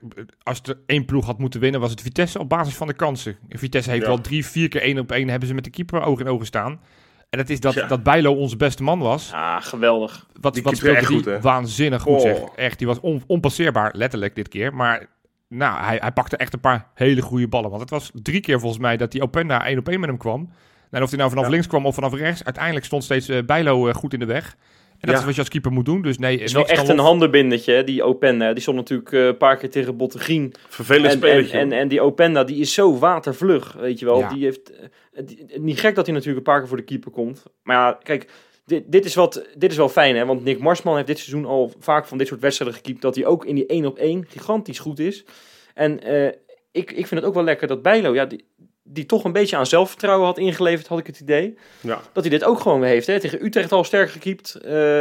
als er 1 ploeg had moeten winnen, was het Vitesse op basis van de kansen. Vitesse heeft wel 3-4 keer 1-op-1 hebben ze met de keeper oog in ogen staan. En dat is dat Bijlo onze beste man was. Ah, geweldig. Wat speelde die waanzinnig goed zeg. Echt, die was onpasseerbaar, letterlijk dit keer. Maar nou, hij pakte echt een paar hele goede ballen. Want het was 3 keer volgens mij dat die Openda 1-op-1 met hem kwam. En of hij nou vanaf links kwam of vanaf rechts, uiteindelijk stond steeds Bijlo goed in de weg. En dat is wat je als keeper moet doen. Dus nee, het is wel echt een handenbindetje, die Openda. Die stond natuurlijk een paar keer tegen Bottegien. Vervelend spelertje. En die Openda, die is zo watervlug, weet je wel. Ja. Die heeft, niet gek dat hij natuurlijk een paar keer voor de keeper komt. Maar ja, kijk, dit is wel fijn, hè. Want Nick Marsman heeft dit seizoen al vaak van dit soort wedstrijden gekiept, dat hij ook in die 1-op-1 gigantisch goed is. En ik vind het ook wel lekker dat Bijlo, die toch een beetje aan zelfvertrouwen had ingeleverd, had ik het idee. Ja. Dat hij dit ook gewoon heeft. Hè. Tegen Utrecht al sterk gekiept.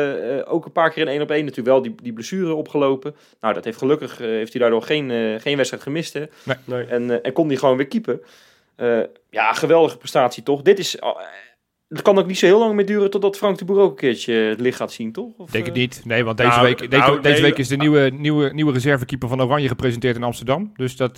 Ook een paar keer in 1-op-1 natuurlijk wel die blessure opgelopen. Nou, dat heeft gelukkig heeft hij daardoor geen wedstrijd gemist. Hè. Nee. En kon hij gewoon weer keepen. Geweldige prestatie toch. Het kan ook niet zo heel lang meer duren totdat Frank de Boer ook een keertje het licht gaat zien, toch? Denk het niet. Nee, want deze week is de nieuwe reservekeeper van Oranje gepresenteerd in Amsterdam. Dus dat...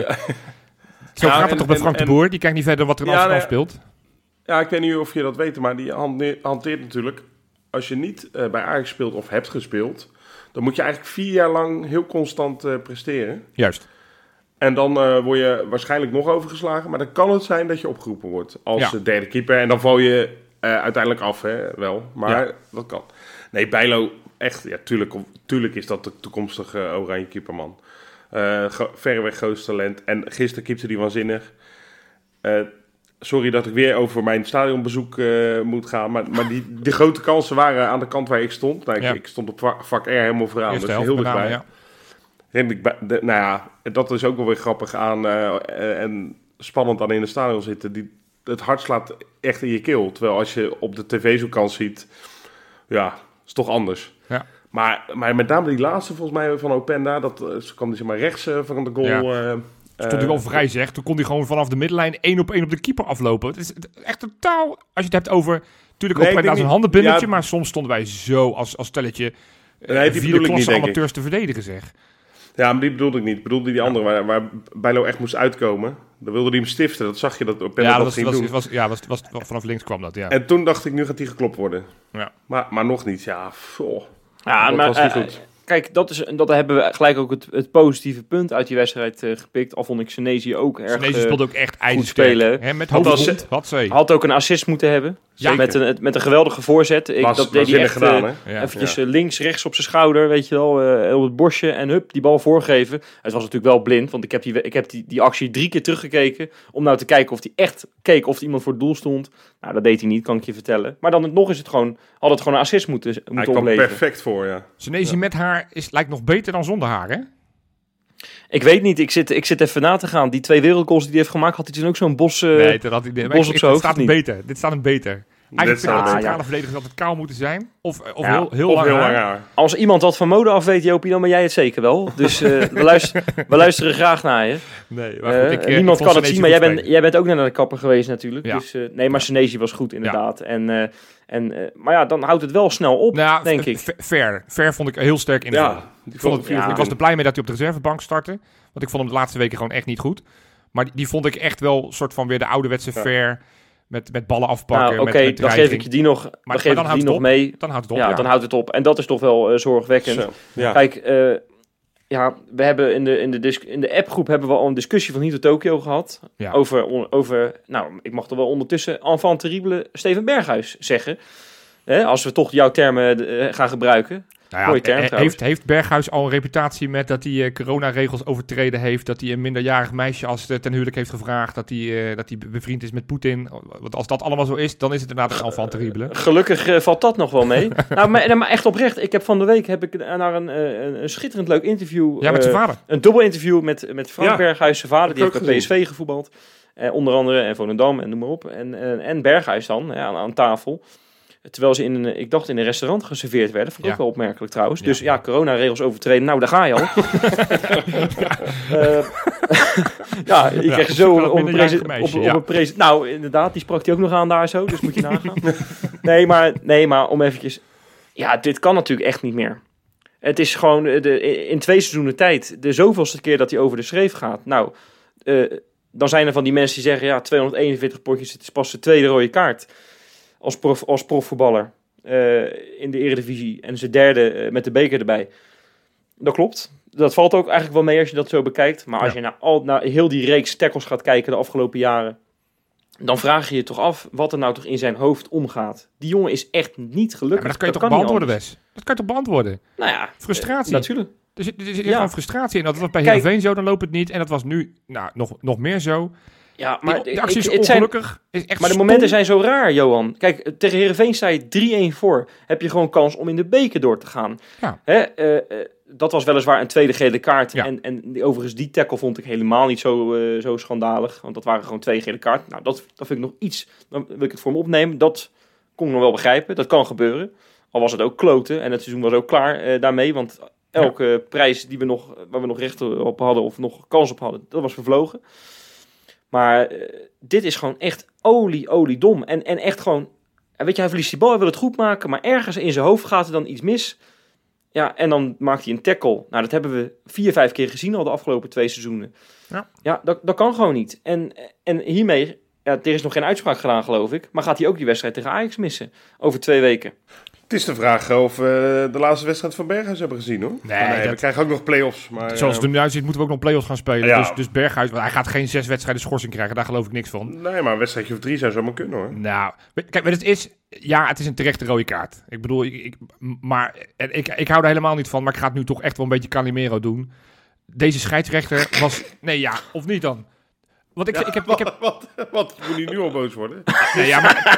Zo gaat het toch met Frank de Boer? Die kijkt niet verder wat er in Amsterdam speelt. Ja, ik weet niet of je dat weet, maar die hanteert natuurlijk... Als je niet bij Ajax speelt of hebt gespeeld... dan moet je eigenlijk 4 jaar lang heel constant presteren. Juist. En dan word je waarschijnlijk nog overgeslagen. Maar dan kan het zijn dat je opgeroepen wordt als derde keeper. En dan val je uiteindelijk af, hè, wel. Maar dat kan. Nee, Bijlo, echt, ja, tuurlijk is dat de toekomstige Oranje keeperman. Verreweg grootste talent. En gisteren keepte hij waanzinnig. Sorry dat ik weer over mijn stadionbezoek moet gaan. Maar die grote kansen waren aan de kant waar ik stond. Nou, ik stond op vak R helemaal vooraan. Dus heel dichtbij. Dat is ook wel weer grappig aan. En spannend aan in het stadion zitten. Het hart slaat echt in je keel. Terwijl als je op de tv zo'n kans ziet... Ja, is toch anders. Ja. Maar met name die laatste volgens mij van Openda, dat kwam hij rechts van de goal. Ja. Stond hij wel vrij zeg. Toen kon hij gewoon vanaf de middenlijn 1-op-1 op de keeper aflopen. Het is echt totaal, als je het hebt over... Natuurlijk Openda als een handenbindetje, maar soms stonden wij zo als stelletje vierde klasse amateurs te verdedigen zeg. Ja, maar die bedoelde ik niet. Ik bedoelde die andere waar Bijlo echt moest uitkomen. Dan wilde hij hem stiften. Dat zag je dat Openda dat ging doen. Was vanaf links kwam dat, ja. En toen dacht ik, nu gaat hij geklopt worden. Ja. Maar nog niet, ja. Ja, maar kijk, dat hebben we gelijk ook het positieve punt uit die wedstrijd gepikt. Al vond ik Senesi ook erg Senesi speelde ook echt goed spelen. Hè, met hoofd, had ook een assist moeten hebben. Ja, met een geweldige voorzet. Dat deed hij echt gedaan, eventjes links, rechts op zijn schouder, weet je wel, op het borstje en hup, die bal voorgeven. Het was natuurlijk wel blind, want ik heb die actie 3 keer teruggekeken om nou te kijken of hij echt keek of er iemand voor het doel stond. Nou, dat deed hij niet, kan ik je vertellen. Maar dan nog had het gewoon een assist moeten opleveren. Hij kwam perfect voor, ja. Senesi met haar lijkt nog beter dan zonder haar, hè? Ik weet niet, ik zit even na te gaan. Die 2 wereldgoals die hij heeft gemaakt, had hij toen ook zo'n bos op zijn hoofd? Dit staat hem beter. Eigenlijk vind ik centrale verdedigers altijd kaal moeten zijn. Of heel lang haar. Als iemand wat van mode af weet, Jopie, dan ben jij het zeker wel. Dus we luisteren graag naar je. Nee, maar goed, niemand kan het zien, maar jij bent ook naar de kapper geweest natuurlijk. Ja. Dus, maar Senesi was goed inderdaad. Ja. Maar ja, dan houdt het wel snel op, denk ik. Ver vond ik heel sterk in de Ik was er blij mee dat hij op de reservebank startte. Want ik vond hem de laatste weken gewoon echt niet goed. Maar die vond ik echt wel een soort van weer de ouderwetse Ver... Met ballen afpakken. Oké, dan geef ik je die nog, mee. Dan houdt het op. Ja, dan houdt het op. En dat is toch wel zorgwekkend. Ja. Kijk, we hebben in de appgroep hebben we al een discussie van Hito Tokyo gehad. Ja. Over, nou, ik mag toch wel ondertussen enfant terrible Steven Berghuis zeggen. Als we toch jouw termen gaan gebruiken. Nou ja, mooie term, heeft Berghuis al een reputatie met dat hij coronaregels overtreden heeft, dat hij een minderjarig meisje als ten huwelijk heeft gevraagd, dat hij bevriend is met Poetin? Want als dat allemaal zo is, dan is het inderdaad een enfant terrible. Gelukkig valt dat nog wel mee. Nou, maar echt oprecht, ik heb van de week naar een schitterend leuk interview. Ja, met zijn vader. Een dubbel interview met Frank Berghuis, zijn vader. Die heeft bij PSV gevoetbald. Onder andere, en Volendam en noem maar op. En Berghuis dan, aan tafel. Terwijl ze in een restaurant geserveerd werden. Vond ik ook wel opmerkelijk trouwens. Ja. Dus ja, coronaregels overtreden. Nou, daar ga je al. Je krijgt zo op een presentatie. Nou, inderdaad, die sprak hij ook nog aan daar zo. Dus moet je nagaan. Nee, maar om eventjes... Ja, dit kan natuurlijk echt niet meer. Het is gewoon in 2 seizoenen tijd de zoveelste keer dat hij over de schreef gaat. Nou, dan zijn er van die mensen die zeggen... Ja, 241 potjes, het is pas de 2e rode kaart... Als profvoetballer in de Eredivisie en zijn 3e met de beker erbij. Dat klopt. Dat valt ook eigenlijk wel mee als je dat zo bekijkt. Maar als je naar heel die reeks tackles gaat kijken de afgelopen jaren, dan vraag je je toch af wat er nou toch in zijn hoofd omgaat. Die jongen is echt niet gelukkig. Maar dat kan je toch beantwoorden, Wes? Dat kan je toch beantwoorden? Nou ja. Frustratie. Natuurlijk. Er zit gewoon frustratie in. Dat was bij Heerenveen zo, dan loopt het niet. En dat was nu nog meer zo. Ja, maar de actie is ongelukkig. Is echt maar de momenten zijn zo raar, Johan. Kijk, tegen Heerenveen sta je 3-1 voor. Heb je gewoon kans om in de beker door te gaan. Ja. Dat was weliswaar een 2e gele kaart. Ja. En overigens, die tackle vond ik helemaal niet zo schandalig. Want dat waren gewoon 2 gele kaarten. Nou, dat vind ik nog iets. Dan wil ik het voor me opnemen. Dat kon ik nog wel begrijpen. Dat kan gebeuren. Al was het ook kloten. En het seizoen was ook klaar daarmee. Want elke prijs waar we nog recht op hadden of nog kans op hadden, dat was vervlogen. Maar dit is gewoon echt oliedom. En echt gewoon... Weet je, hij verliest die bal, hij wil het goed maken, maar ergens in zijn hoofd gaat er dan iets mis. Ja, en dan maakt hij een tackle. Nou, dat hebben we 4-5 keer gezien al de afgelopen 2 seizoenen. Ja, dat kan gewoon niet. En hiermee... Ja, er is nog geen uitspraak gedaan, geloof ik. Maar gaat hij ook die wedstrijd tegen Ajax missen? Over 2 weken. Het is de vraag of we de laatste wedstrijd van Berghuis hebben gezien, hoor. Nee, we krijgen ook nog play-offs. Maar, zoals het er nu uitziet, moeten we ook nog play-offs gaan spelen. Ja. Dus Berghuis, hij gaat geen 6 wedstrijden schorsing krijgen. Daar geloof ik niks van. Nee, maar een wedstrijdje of 3 zou zomaar kunnen, hoor. Nou, kijk, het is... Ja, het is een terechte rode kaart. Ik bedoel, ik hou er helemaal niet van. Maar ik ga het nu toch echt wel een beetje Calimero doen. Deze scheidsrechter was... Nee, ja, of niet dan? Want ik heb... Wat? Moet je nu al boos worden? Nee, ja, maar...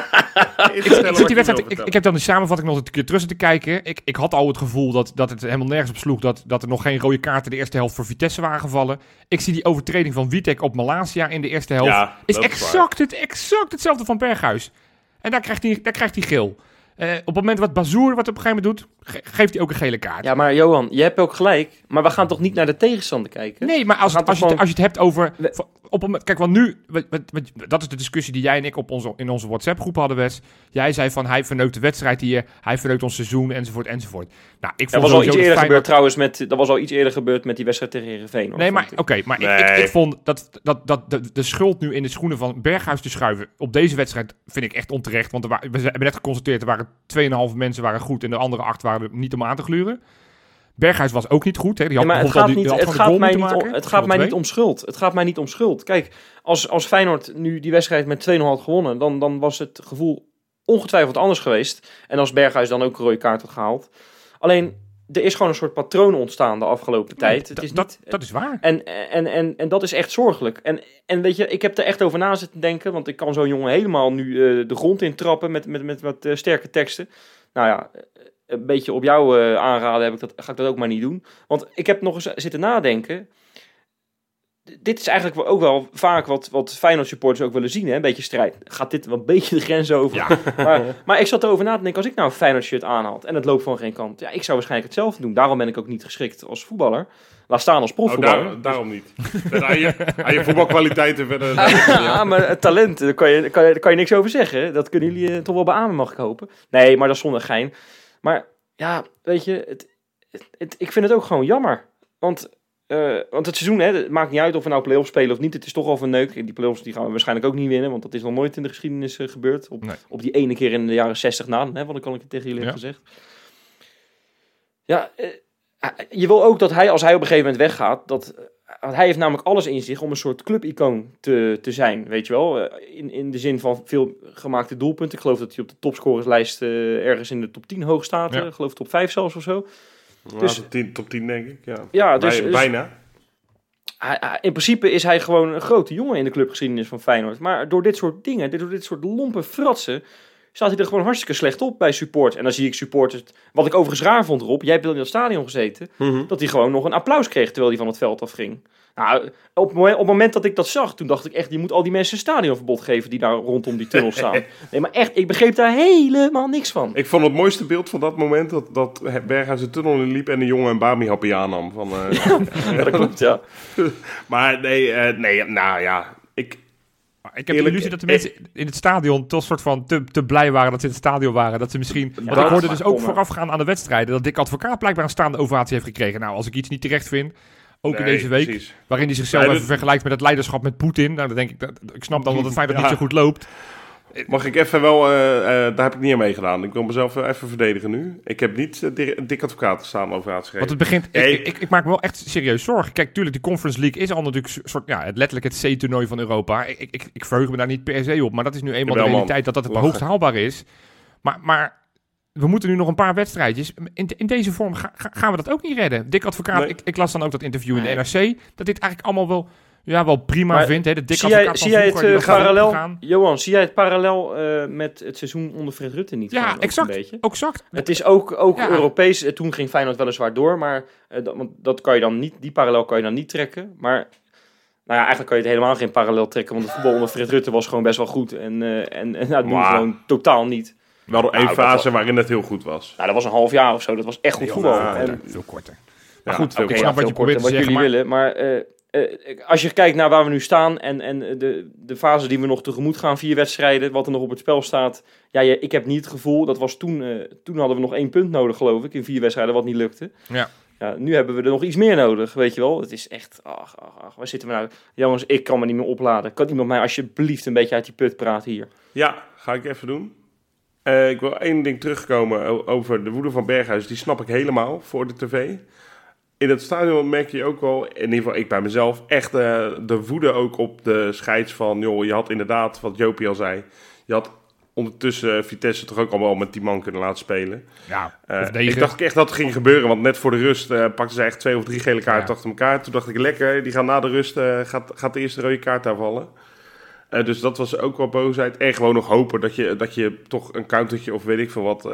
Ik heb dan de samenvatting nog een keer terug te kijken. Ik had al het gevoel dat het helemaal nergens op sloeg. Dat er nog geen rode kaarten de eerste helft voor Vitesse waren gevallen. Ik zie die overtreding van Witek op Malasia in de eerste helft. Ja, is exact hetzelfde van Berghuis. En daar krijgt hij geel. Op het moment wat Bazoer wat op een gegeven moment doet, geeft hij ook een gele kaart. Ja, maar Johan, je hebt ook gelijk. Maar we gaan toch niet naar de tegenstander kijken? Nee, maar als je het hebt over... Kijk, want nu... Dat is de discussie die jij en ik in onze WhatsApp-groep hadden, Wes. Jij zei van, hij verneukt de wedstrijd hier. Hij verneukt ons seizoen, enzovoort. Nou, ik vond dat was al iets eerder gebeurd trouwens. Dat was al iets eerder gebeurd met die wedstrijd tegen Heerenveen. Nee, maar oké. Ik vond dat de schuld nu in de schoenen van Berghuis te schuiven op deze wedstrijd vind ik echt onterecht. Want we hebben net geconstateerd, er waren 2,5 mensen waren goed en de andere 8 waren er niet om aan te gluren. Berghuis was ook niet goed. Hè? Die had maar het gaat mij niet om schuld. Het gaat mij niet om schuld. Kijk, als Feyenoord nu die wedstrijd met 2-0 had gewonnen, dan was het gevoel ongetwijfeld anders geweest. En als Berghuis dan ook een rode kaart had gehaald. Alleen, er is gewoon een soort patroon ontstaan de afgelopen tijd. Het is dat is waar. En dat is echt zorgelijk. En weet je, ik heb er echt over na zitten denken, want ik kan zo'n jongen helemaal nu de grond in trappen met wat sterke teksten. Nou ja, een beetje op jou aanraden ga ik dat ook maar niet doen. Want ik heb nog eens zitten nadenken. Dit is eigenlijk ook wel vaak wat Feyenoord supporters ook willen zien. Hè? Een beetje strijd. Gaat dit wel een beetje de grens over? Ja. Maar ik zat erover na te denken. Als ik nou een Feyenoord shirt aanhad en het loopt van geen kant. Ja, ik zou waarschijnlijk hetzelfde doen. Daarom ben ik ook niet geschikt als voetballer. Laat staan als profvoetballer. Daarom niet. aan je voetbalkwaliteiten verder. Ja, maar het talent, daar kan je niks over zeggen. Dat kunnen jullie toch wel beamen, mag ik hopen. Nee, maar dat is zonder gein. Maar ja, weet je, ik vind het ook gewoon jammer. Want het seizoen, het maakt niet uit of we nou play-offs spelen of niet. Het is toch al verneuk. Die play-offs die gaan we waarschijnlijk ook niet winnen. Want dat is nog nooit in de geschiedenis gebeurd. Op die ene keer in de jaren 60 na. Wat ik al een keer tegen jullie heb gezegd. Ja, je wil ook dat als hij op een gegeven moment weggaat. Hij heeft namelijk alles in zich om een soort clubicoon te zijn. Weet je wel. In de zin van veel gemaakte doelpunten. Ik geloof dat hij op de topscorerslijst ergens in de top 10 hoog staat. Ik geloof top 5 zelfs of zo. Dus, top 10 denk ik, ja. Dus, bijna. In principe is hij gewoon een grote jongen in de clubgeschiedenis van Feyenoord. Maar door dit soort dingen, door dit soort lompe fratsen, staat hij er gewoon hartstikke slecht op bij support. En dan zie ik supporters, wat ik overigens raar vond, Rob, jij hebt in dat stadion gezeten, dat hij gewoon nog een applaus kreeg terwijl hij van het veld afging. Nou, op het moment dat ik dat zag, toen dacht ik echt, je moet al die mensen een stadionverbod geven die daar rondom die tunnel staan. Nee, maar echt, ik begreep daar helemaal niks van. Ik vond het mooiste beeld van dat moment dat Berghuis de tunnel in liep en een jongen een Bami-happy aannam. Ja, dat klopt, ja. Maar nou ja, ik heb de illusie dat de mensen in het stadion toch soort van te blij waren dat ze in het stadion waren. Dat ze misschien... want ik hoorde dus ook voorafgaan aan de wedstrijden dat Dick Advocaat blijkbaar een staande ovatie heeft gekregen. Nou, als ik iets niet terecht vind, ook in deze week, precies. Waarin hij zichzelf even vergelijkt met het leiderschap met Poetin. Nou, dan denk ik snap dan dat het feit dat het niet zo goed loopt. Mag ik even wel... daar heb ik niet aan meegedaan. Ik wil mezelf even verdedigen nu. Ik heb niet Dick Advocaat staan ovatie gegeven. Want het begint... Ik maak me wel echt serieus zorgen. Kijk, tuurlijk, die Conference League is al natuurlijk letterlijk het C-toernooi van Europa. Ik verheug me daar niet per se op. Maar dat is nu eenmaal de realiteit dat het hoogst haalbaar is. Maar we moeten nu nog een paar wedstrijdjes. In deze vorm gaan we dat ook niet redden. Dick Advocaat, nee. Ik las dan ook dat interview in de NRC. Dat dit eigenlijk allemaal wel prima vindt. Hè? De Dick Advocaat zie jij het parallel, Johan, zie jij het parallel met het seizoen onder Fred Rutte niet? Ja, exact. Het is ook Europees. Toen ging Feyenoord weliswaar door, maar dat kan je dan niet, die parallel kan je dan niet trekken. Maar nou ja, eigenlijk kan je het helemaal geen parallel trekken, want het voetbal onder Fred Rutte was gewoon best wel goed. En dat doen we gewoon totaal niet. We hadden één fase waarin het heel goed was. Nou, dat was een half jaar of zo. Dat was echt goed voetbal. Veel korter. Maar goed, ik snap wat je probeert te zeggen. Willen, maar als je kijkt naar waar we nu staan en de fase die we nog tegemoet gaan, 4 wedstrijden, wat er nog op het spel staat. Ja, ik heb niet het gevoel, dat was toen hadden we nog 1 punt nodig, geloof ik, in 4 wedstrijden, wat niet lukte. Ja. Ja, nu hebben we er nog iets meer nodig, weet je wel. Het is echt, waar zitten we nou? Jongens, ik kan me niet meer opladen. Kan iemand mij alsjeblieft een beetje uit die put praten hier? Ja, ga ik even doen. Ik wil 1 ding terugkomen over de woede van Berghuis. Die snap ik helemaal voor de tv. In het stadion merk je ook wel, in ieder geval ik bij mezelf, echt de woede ook op de scheids van, joh, je had inderdaad, wat Jopie al zei, je had ondertussen Vitesse toch ook al wel met 10 man kunnen laten spelen. Ja, ik dacht echt dat het ging gebeuren, want net voor de rust pakten ze echt 2 of 3 gele kaarten achter elkaar. Toen dacht ik, lekker, die gaan na de rust, gaat de eerste rode kaart aanvallen. Dus dat was ook wel boosheid. En gewoon nog hopen dat je toch een countertje of weet ik veel wat...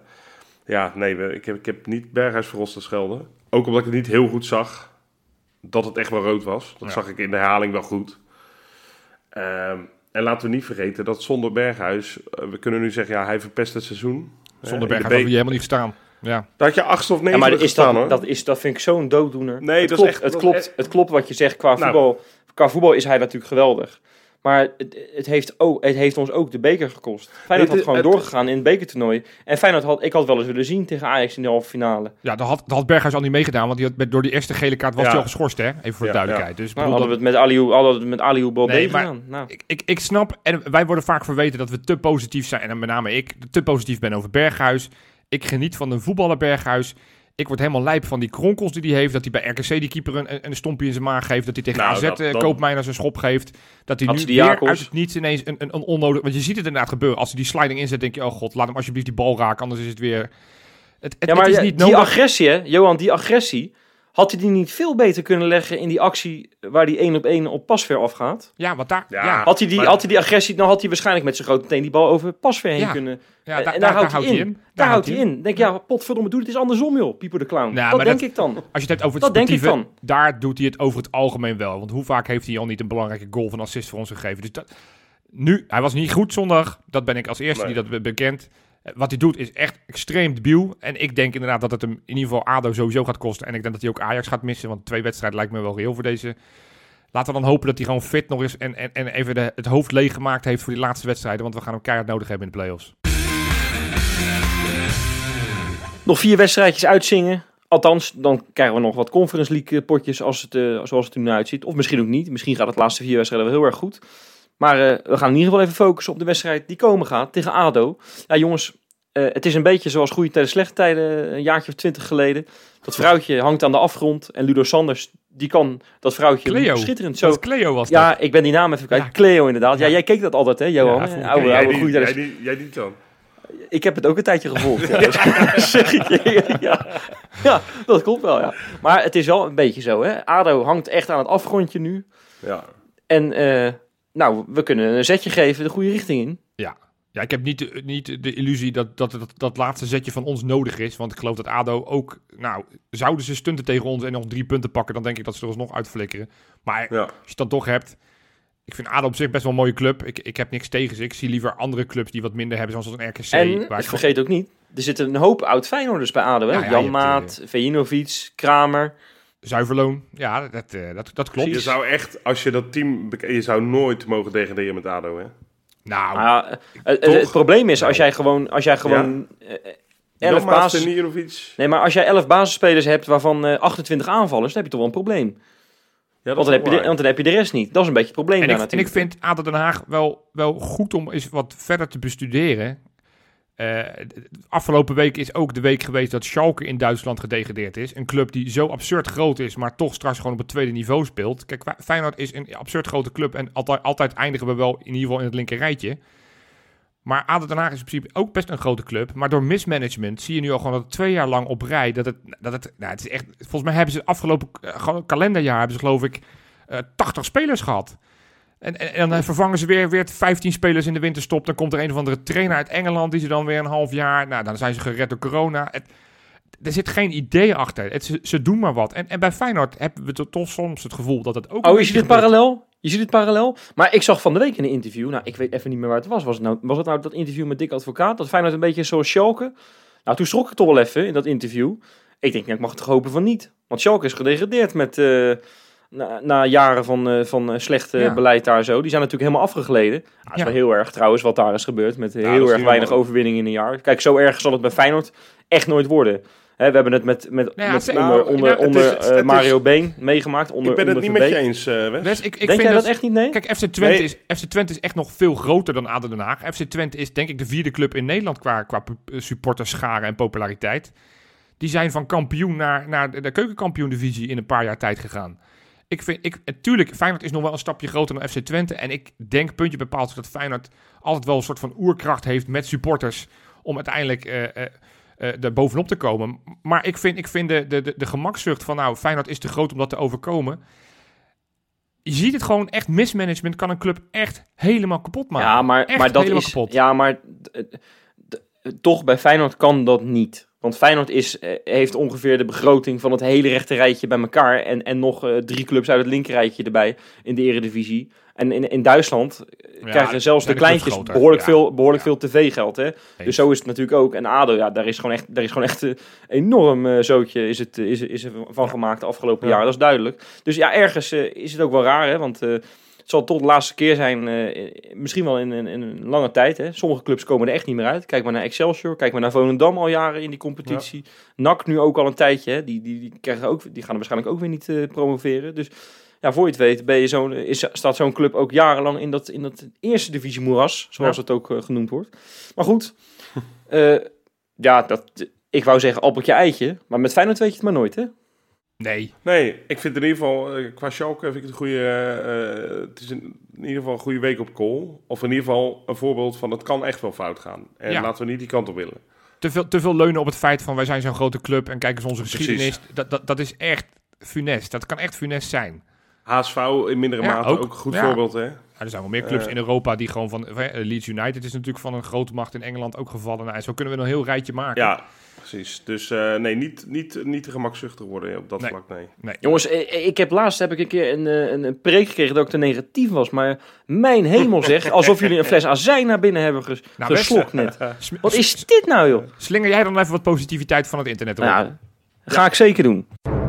ik heb niet Berghuis voor Rost te schelden. Ook omdat ik het niet heel goed zag dat het echt wel rood was. Dat zag ik in de herhaling wel goed. En laten we niet vergeten dat zonder Berghuis... we kunnen nu zeggen, hij verpest het seizoen. Zonder Berghuis had je helemaal niet gestaan. Ja. Dat je 8e of 9e gestaan, hoor. Dat vind ik zo'n dooddoener. Nee, het klopt wat je zegt qua voetbal. Qua voetbal is hij natuurlijk geweldig. Maar het heeft ons ook de beker gekost. Feyenoord had gewoon doorgegaan in het bekertoernooi. En Feyenoord ik had wel eens willen zien tegen Ajax in de halve finale. Ja, dat had Berghuis al niet meegedaan. Want door die eerste gele kaart was hij al geschorst, hè? Even voor de duidelijkheid. Dus, hadden we het met Aliou Baldé gedaan. Nou. Ik snap, en wij worden vaak verweten dat we te positief zijn. En met name ik te positief ben over Berghuis. Ik geniet van een voetballer Berghuis. Ik word helemaal lijp van die kronkels die hij heeft. Dat hij bij RKC die keeper een stompje in zijn maag geeft. Dat hij tegen AZ Koopmeiners een schop geeft. Dat hij nu weer uit het niets ineens een onnodig... Want je ziet het inderdaad gebeuren. Als hij die sliding inzet, denk je... Oh god, laat hem alsjeblieft die bal raken. Anders is het weer... Het is niet die agressie, hè? Johan, die agressie... Had hij die niet veel beter kunnen leggen in die actie waar die 1-op-1 op Pasveer afgaat? Ja, want daar... Had hij die agressie, dan had hij waarschijnlijk met zijn grote teen die bal over Pasveer heen kunnen... Ja, daar houdt hij in. Daar houdt hij in. Denk, potverdomme, doe het eens andersom, joh, Pieper de Clown. Nou, dat denk ik dan. Als je het hebt over het sportieve, daar doet hij het over het algemeen wel. Want hoe vaak heeft hij al niet een belangrijke goal van assist voor ons gegeven? Dus hij was niet goed zondag. Dat ben ik als eerste die dat bekend. Wat hij doet is echt extreem debiel. En ik denk inderdaad dat het hem in ieder geval ADO sowieso gaat kosten. En ik denk dat hij ook Ajax gaat missen. Want 2 wedstrijden lijkt me wel reëel voor deze. Laten we dan hopen dat hij gewoon fit nog is. En even het hoofd leeg gemaakt heeft voor die laatste wedstrijden. Want we gaan hem keihard nodig hebben in de play-offs. Nog 4 wedstrijdjes uitzingen. Althans, dan krijgen we nog wat Conference League potjes zoals het er nu uitziet. Of misschien ook niet. Misschien gaat het laatste 4 wedstrijden wel heel erg goed. Maar we gaan in ieder geval even focussen op de wedstrijd die komen gaat tegen ADO. Ja jongens, het is een beetje zoals goede tijden, slechte tijden, een jaartje of 20 geleden. Dat vrouwtje hangt aan de afgrond en Ludo Sanders, die kan dat vrouwtje Cleo. Schitterend zo. Cleo was dat. Ja, ik ben die naam even kwijt. Ja. Cleo inderdaad. Ja, jij keek dat altijd hè, Johan? Ja, oude goede tijden. Jij niet dan? Ik heb het ook een tijdje gevolgd. Zeg ik je. Ja, dat klopt wel, ja. Maar het is wel een beetje zo, hè. ADO hangt echt aan het afgrondje nu. Ja. En... we kunnen een zetje geven de goede richting in. Ja, ik heb niet de illusie dat laatste zetje van ons nodig is. Want ik geloof dat ADO ook... Nou, zouden ze stunten tegen ons en nog 3 punten pakken... dan denk ik dat ze er alsnog uitflikkeren. Maar als je het dan toch hebt... Ik vind ADO op zich best wel een mooie club. Ik heb niks tegen ze. Ik zie liever andere clubs die wat minder hebben, zoals een RKC. En vergeet ook niet, er zitten een hoop oud Feyenoorders bij ADO. Hè? Jan Maat, Vejinovic, Kramer... Zuiverloon, ja, dat klopt. Je zou echt, als je dat team... Je zou nooit mogen degraderen met ADO, hè? Nou, het probleem is, als jij gewoon 11 basis... Nee, maar als jij 11 basisspelers hebt waarvan 28 aanvallers, dan heb je toch wel een probleem. Ja, want dan heb je de rest niet. Dat is een beetje het probleem daar natuurlijk. En ik vind ADO Den Haag wel goed om eens wat verder te bestuderen. Afgelopen week is ook de week geweest dat Schalke in Duitsland gedegradeerd is. Een club die zo absurd groot is, maar toch straks gewoon op het tweede niveau speelt. Kijk, Feyenoord is een absurd grote club en altijd eindigen we wel in ieder geval in het linker rijtje. Maar ADO Den Haag is in principe ook best een grote club. Maar door mismanagement zie je nu al gewoon dat het 2 jaar lang op rij... het is echt... Volgens mij hebben ze het afgelopen kalenderjaar... hebben ze geloof ik 80 spelers gehad. En dan vervangen ze weer 15 spelers in de winterstop. Dan komt er een of andere trainer uit Engeland... die ze dan weer een half jaar... Nou, dan zijn ze gered door corona. Er zit geen idee achter. Ze doen maar wat. En bij Feyenoord hebben we toch soms het gevoel dat het ook... Oh, je ziet het parallel? Je ziet het parallel? Maar ik zag van de week in een interview... Nou, ik weet even niet meer waar het was. Was het nou dat interview met Dick Advocaat? Dat Feyenoord een beetje zoals Schalke? Nou, toen schrok ik toch wel even in dat interview. Ik denk, ik mag het toch hopen van niet. Want Schalke is gedegradeerd met... Na jaren van slecht beleid daar zo. Die zijn natuurlijk helemaal afgegleden. Het is wel heel erg trouwens wat daar is gebeurd. Met heel erg weinig overwinningen in een jaar. Kijk, zo erg zal het bij Feyenoord echt nooit worden. We hebben het onder Mario Been meegemaakt. Ik ben het niet met je eens, Wes. Denk jij dat echt niet? Nee? Kijk, FC Twente is echt nog veel groter dan ADO Den Haag. FC Twente is denk ik de 4e club in Nederland qua supporterscharen en populariteit. Die zijn van kampioen naar de keukenkampioen-divisie in een paar jaar tijd gegaan. Tuurlijk, Feyenoord is nog wel een stapje groter dan FC Twente. En ik denk, puntje bepaald, dat Feyenoord altijd wel een soort van oerkracht heeft met supporters om uiteindelijk er bovenop te komen. Maar ik vind de gemakzucht van, Feyenoord is te groot om dat te overkomen. Je ziet het gewoon, echt mismanagement kan een club echt helemaal kapot maken. Ja, maar dat is... Kapot. Ja, maar toch bij Feyenoord kan dat niet. Want Feyenoord heeft ongeveer de begroting van het hele rechte rijtje bij elkaar. En nog 3 clubs uit het linkerrijtje erbij in de Eredivisie. En in Duitsland krijgen zelfs de kleintjes behoorlijk veel tv-geld. Hè? Dus zo is het natuurlijk ook. En ADO, daar is gewoon echt een enorm zootje is er van gemaakt de afgelopen jaren. Dat is duidelijk. Dus ja, ergens is het ook wel raar. Hè? Want het zal tot de laatste keer zijn, misschien wel in een lange tijd. Hè? Sommige clubs komen er echt niet meer uit. Kijk maar naar Excelsior, kijk maar naar Volendam al jaren in die competitie. Ja. NAC nu ook al een tijdje. Hè? Die gaan er waarschijnlijk ook weer niet promoveren. Dus ja, voor je het weet staat zo'n club ook jarenlang in dat eerste divisie moeras, zoals het ook genoemd wordt. Maar goed, ik wou zeggen appeltje eitje, maar met Feyenoord weet je het maar nooit, hè? Nee, ik vind in ieder geval, qua Schalke vind ik het een goede... het is in ieder geval een goede week op goal. Of in ieder geval een voorbeeld van het kan echt wel fout gaan. En laten we niet die kant op willen. Te veel leunen op het feit van wij zijn zo'n grote club en kijk eens onze geschiedenis. Dat is echt funest. Dat kan echt funest zijn. HSV in mindere mate ook een goed voorbeeld, hè? Er zijn wel meer clubs in Europa die gewoon van... Leeds United is natuurlijk van een grote macht in Engeland ook gevallen. En zo kunnen we een heel rijtje maken. Ja, precies. Dus niet te gemakzuchtig worden op dat vlak, nee. Jongens, ik heb laatst een keer een preek gekregen dat ik te negatief was. Maar mijn hemel zeg, alsof jullie een fles azijn naar binnen hebben geslokt net. Wat is dit nou, joh? Slinger jij dan even wat positiviteit van het internet op? Ja, ga ik zeker doen.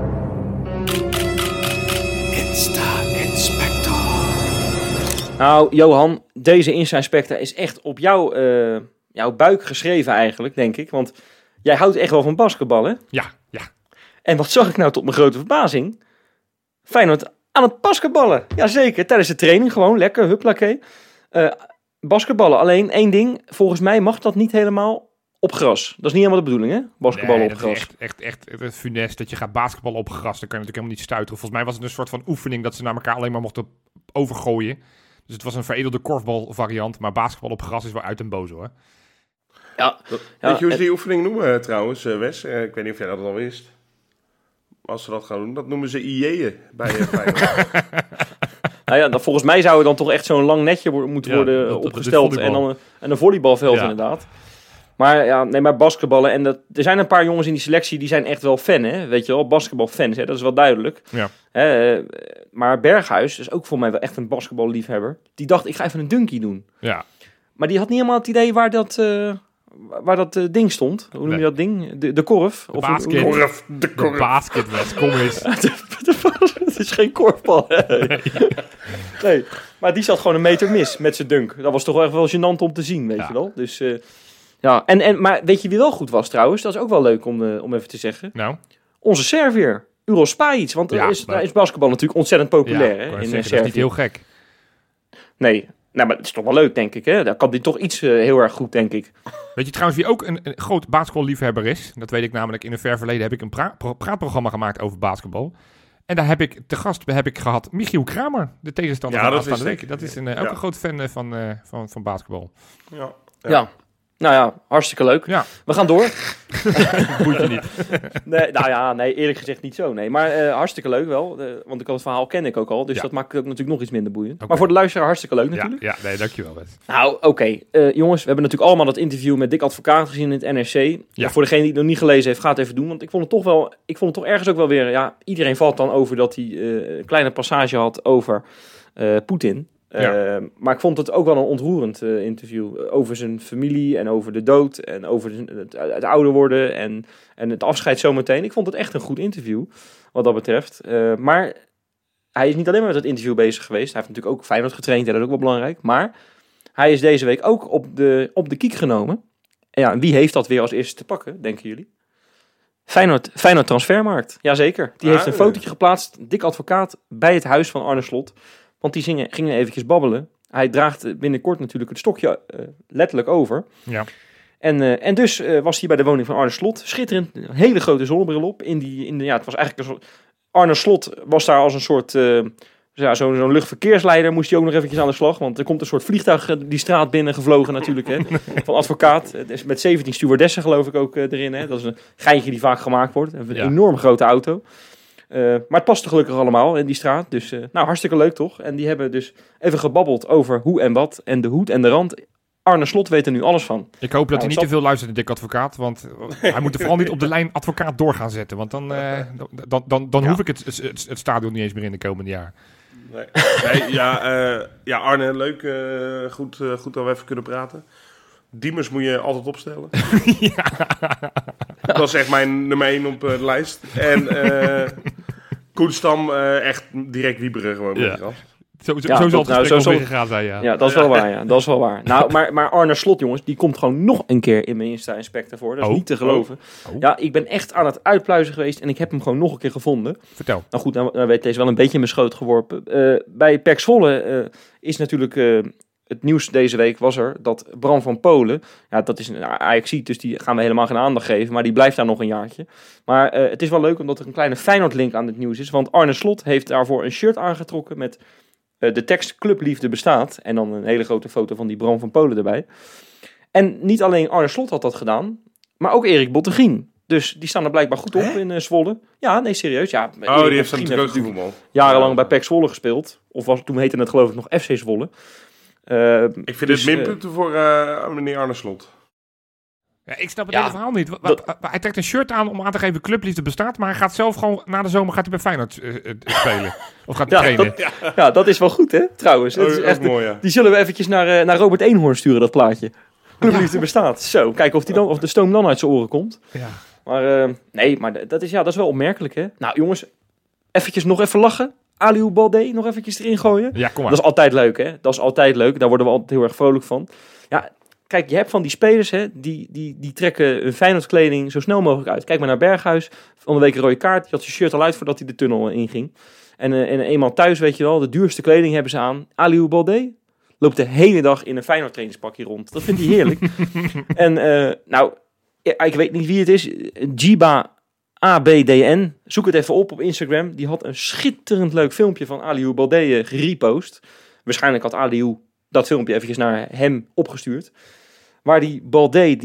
Nou, Johan, deze Insta-inspector is echt op jouw buik geschreven eigenlijk, denk ik. Want jij houdt echt wel van basketbal, hè? Ja. En wat zag ik nou tot mijn grote verbazing? Feyenoord aan het basketballen. Jazeker, tijdens de training gewoon lekker, huplakee. Basketballen, alleen één ding. Volgens mij mag dat niet helemaal op gras. Dat is niet helemaal de bedoeling, hè? Basketballen op gras. Echt funest dat je gaat basketballen op gras. Dan kan je natuurlijk helemaal niet stuiteren. Volgens mij was het een soort van oefening dat ze naar elkaar alleen maar mochten overgooien. Dus het was een veredelde korfbal variant, maar basketbal op gras is wel uit en boos, hoor. Ja. Weet je hoe ze die oefening noemen trouwens, Wes? Ik weet niet of jij dat al wist. Als ze dat gaan doen, dat noemen ze IE'en bij Feyenoord. Nou ja, volgens mij zou er dan toch echt zo'n lang netje moeten worden opgesteld en een volleybalveld inderdaad. Maar basketballen en er zijn een paar jongens in die selectie die zijn echt wel fan, hè? Weet je wel, basketbalfans, hè? Dat is wel duidelijk. Ja. Maar Berghuis is ook voor mij wel echt een basketballiefhebber. Die dacht, ik ga even een dunkie doen. Ja. Maar die had niet helemaal het idee waar dat ding stond. Hoe noem je dat ding? De korf? De basket, kom eens. Het is geen korfbal. Nee, maar die zat gewoon een meter mis met zijn dunk. Dat was toch wel echt wel gênant om te zien, weet je wel. Dus... maar weet je wie wel goed was trouwens? Dat is ook wel leuk om even te zeggen. Nou? Onze Serviër, Uros Spajic. Want daar is basketbal natuurlijk ontzettend populair in Servië. Dat is niet heel gek. Nee, maar het is toch wel leuk, denk ik. Hè? Daar kan hij toch iets heel erg goed, denk ik. Weet je trouwens wie ook een groot basketballiefhebber is? Dat weet ik namelijk. In een ver verleden heb ik een praatprogramma gemaakt over basketbal. En daar heb ik te gast gehad Michiel Kramer, de tegenstander van aanstaande week. Dat is ook een groot fan van basketbal. Ja. Nou ja, hartstikke leuk. Ja. We gaan door. Boeit je niet. Nee, eerlijk gezegd niet zo. Nee. Maar hartstikke leuk wel. Want het verhaal ken ik ook al. Dus dat maakt het ook natuurlijk nog iets minder boeiend. Okay. Maar voor de luisteraar hartstikke leuk natuurlijk. Ja, nee, dankjewel. Wes. Nou, oké. Jongens, we hebben natuurlijk allemaal dat interview met Dick Advocaat gezien in het NRC. Ja. Voor degene die het nog niet gelezen heeft, ga het even doen. Want ik vond het toch ergens ook wel weer... Ja, iedereen valt dan over dat hij een kleine passage had over Poetin. Ja. Maar ik vond het ook wel een ontroerend interview over zijn familie en over de dood en over het ouder worden en het afscheid zometeen. Ik vond het echt een goed interview wat dat betreft. Maar hij is niet alleen maar met het interview bezig geweest. Hij heeft natuurlijk ook Feyenoord getraind en dat is ook wel belangrijk. Maar hij is deze week ook op de kiek genomen. En wie heeft dat weer als eerste te pakken, denken jullie? Feyenoord Transfermarkt, jazeker. Die heeft een fotootje geplaatst, Dick Advocaat, bij het huis van Arne Slot. Want die gingen eventjes babbelen. Hij draagt binnenkort natuurlijk het stokje letterlijk over. Ja. En dus was hij bij de woning van Arne Slot. Schitterend, een hele grote zonnebril op. Het was eigenlijk een soort... Arne Slot was daar als een soort... zo'n luchtverkeersleider moest hij ook nog eventjes aan de slag. Want er komt een soort vliegtuig die straat binnen gevlogen natuurlijk. Hè, van Advocaat. Met 17 stewardessen geloof ik ook erin. Hè. Dat is een geintje die vaak gemaakt wordt. Een enorm grote auto. Maar het paste gelukkig allemaal in die straat. Dus hartstikke leuk toch? En die hebben dus even gebabbeld over hoe en wat. En de hoed en de rand. Arne Slot weet er nu alles van. Ik hoop dat hij niet te veel luistert naar Dick Advocaat. Want hij moet er vooral niet op de lijn advocaat door gaan zetten. Want dan hoef ik het stadion niet eens meer in de komende jaar. Nee, Arne, leuk. Goed dat we even kunnen praten. Diemers moet je altijd opstellen. Dat is echt mijn nummer 1 op de lijst. En Koenstam echt direct wieberen gewoon met de gras. Zo zal het gesprek gegaan zijn, ja. Ja, dat is wel waar, ja. Dat is wel waar. Nou, maar Arne Slot, jongens, die komt gewoon nog een keer in mijn Insta-inspector voor. Dat is niet te geloven. Ja, ik ben echt aan het uitpluizen geweest en ik heb hem gewoon nog een keer gevonden. Vertel. Nou goed, dan werd deze wel een beetje in mijn schoot geworpen. Bij PEC Zwolle is natuurlijk het nieuws deze week was er dat Bram van Polen, ja, dat is een Ajaxiet, dus die gaan we helemaal geen aandacht geven, maar die blijft daar nog een jaartje. Maar het is wel leuk omdat er een kleine Feyenoord-link aan het nieuws is, want Arne Slot heeft daarvoor een shirt aangetrokken met de tekst Clubliefde bestaat en dan een hele grote foto van die Bram van Polen erbij. En niet alleen Arne Slot had dat gedaan, maar ook Erik Bottegien. Dus die staan er blijkbaar goed op in Zwolle. Ja, nee, serieus. Ja, die heeft natuurlijk ook gevoetbald. Jarenlang bij PEC Zwolle gespeeld. Of toen heette het geloof ik nog FC Zwolle. Ik vind het minpunten voor meneer Arne Slot. Ja, ik snap het hele verhaal niet. Hij trekt een shirt aan om aan te geven Clubliefde bestaat, maar hij gaat zelf gewoon na de zomer gaat hij bij Feyenoord spelen. Of gaat hij trainen. Ja, dat is wel goed, hè? Trouwens. Dat is echt mooi, ja. Die zullen we eventjes naar Robert Eenhoorn sturen, dat plaatje. Clubliefde bestaat. Zo, kijken of de stoom dan uit zijn oren komt. Ja. Maar nee, maar dat is wel opmerkelijk, hè? Nou, jongens, nog even lachen. Aliou Baldé nog eventjes erin gooien. Ja, kom maar. Dat is altijd leuk, hè? Dat is altijd leuk. Daar worden we altijd heel erg vrolijk van. Ja, kijk, je hebt van die spelers, hè, die trekken hun Feyenoord-kleding zo snel mogelijk uit. Kijk maar naar Berghuis. Van de week een rode kaart. Die had zijn shirt al uit voordat hij de tunnel inging. En eenmaal thuis, weet je wel, de duurste kleding hebben ze aan. Aliou Baldé loopt de hele dag in een Feyenoord trainingspakje rond. Dat vindt hij heerlijk. En nou, ik weet niet wie het is. Jiba ABDN. Zoek het even op Instagram. Die had een schitterend leuk filmpje van Aliou Baldé gerepost. Waarschijnlijk had Aliou dat filmpje eventjes naar hem opgestuurd. Waar die Baldé,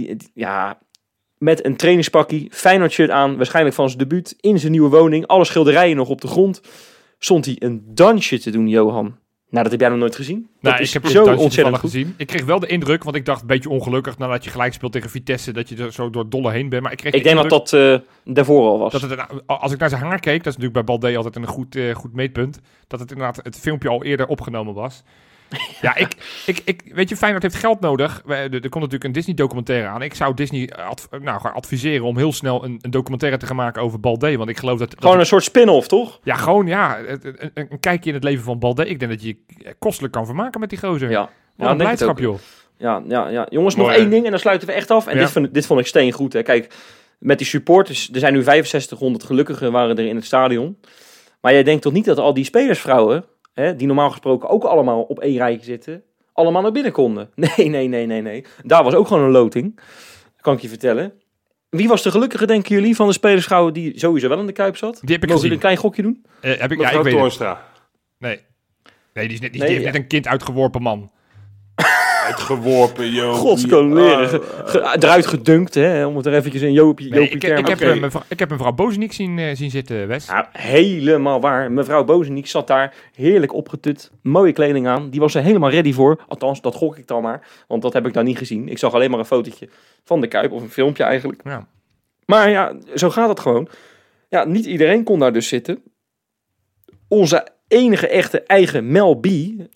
met een trainingspakje, Feyenoord shirt aan, waarschijnlijk van zijn debuut, in zijn nieuwe woning, alle schilderijen nog op de grond, stond hij een dansje te doen, Johan. Nou, dat heb jij nog nooit gezien? Nou, ik heb zo ontzettend gezien. Ik kreeg wel de indruk, want ik dacht een beetje ongelukkig nadat je gelijk speelt tegen Vitesse, dat je er zo door het dolle heen bent. Maar ik denk dat daarvoor al was. Als ik naar zijn haar keek, dat is natuurlijk bij Baldé altijd een goed meetpunt, dat het inderdaad het filmpje al eerder opgenomen was. Ja, weet je, Feyenoord heeft geld nodig. Er komt natuurlijk een Disney-documentaire aan. Ik zou Disney gaan adviseren om heel snel een documentaire te gaan maken over Baldé. Want ik geloof dat... Gewoon een soort spin-off, toch? Ja, gewoon een kijkje in het leven van Baldé. Ik denk dat je kostelijk kan vermaken met die gozer. Ja. Wat een blijdschap, joh. Ja. Jongens, nog één ding en dan sluiten we echt af. En dit vond ik steengoed, hè. Kijk, met die supporters, er zijn nu 6500 gelukkigen waren er in het stadion. Maar jij denkt toch niet dat al die spelersvrouwen, die normaal gesproken ook allemaal op één rijtje zitten, allemaal naar binnen konden? Nee. Daar was ook gewoon een loting, kan ik je vertellen. Wie was de gelukkige, denken jullie, van de spelersvrouwen die sowieso wel in de Kuip zat? Die heb ik gezien. Een klein gokje doen? Ik weet Toornstra. Nee, die heeft net een kind uitgeworpen, man. Uitgeworpen, joh. Godskoleren. Eruit gedunkt, hè, om het er eventjes in Jopie ik heb mevrouw Bozeniek zien zitten, Wes. Nou, helemaal waar. Mevrouw Bozeniek zat daar heerlijk opgetut. Mooie kleding aan. Die was er helemaal ready voor. Althans, dat gok ik dan maar. Want dat heb ik dan niet gezien. Ik zag alleen maar een fotootje van de Kuip. Of een filmpje eigenlijk. Ja. Maar ja, zo gaat het gewoon. Ja, niet iedereen kon daar dus zitten. Onze enige echte eigen Mel B...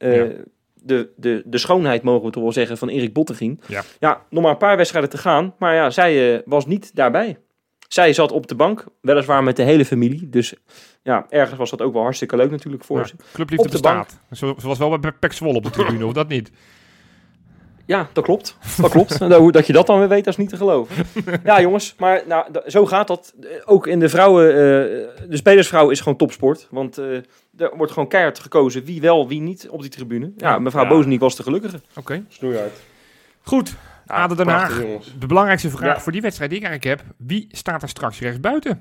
De schoonheid, mogen we toch wel zeggen, van Erik Bottegien. Ja, nog maar een paar wedstrijden te gaan. Maar ja, zij was niet daarbij. Zij zat op de bank, weliswaar met de hele familie. Dus ja, ergens was dat ook wel hartstikke leuk natuurlijk voor ze. Clubliefde bestaat. Ze was wel bij PEC Zwolle op de tribune, of dat niet? Ja, dat klopt. Dat je dat dan weer weet, dat is niet te geloven. Ja, jongens, maar zo gaat dat. Ook in de vrouwen, de spelersvrouw is gewoon topsport. Want er wordt gewoon keihard gekozen wie wel, wie niet op die tribune. Ja, mevrouw Bozeniek was de gelukkige. Oké. Snoeihard. Goed, ADO Den Haag. De belangrijkste vraag voor die wedstrijd die ik eigenlijk heb. Wie staat er straks rechtsbuiten?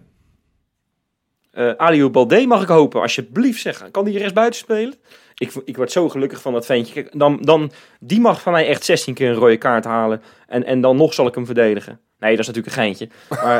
Aliou Baldé mag ik hopen, alsjeblieft zeggen. Kan die rechtsbuiten spelen? Ik word zo gelukkig van dat ventje. Kijk, dan die mag van mij echt 16 keer een rode kaart halen. En dan nog zal ik hem verdedigen. Nee, dat is natuurlijk een geintje.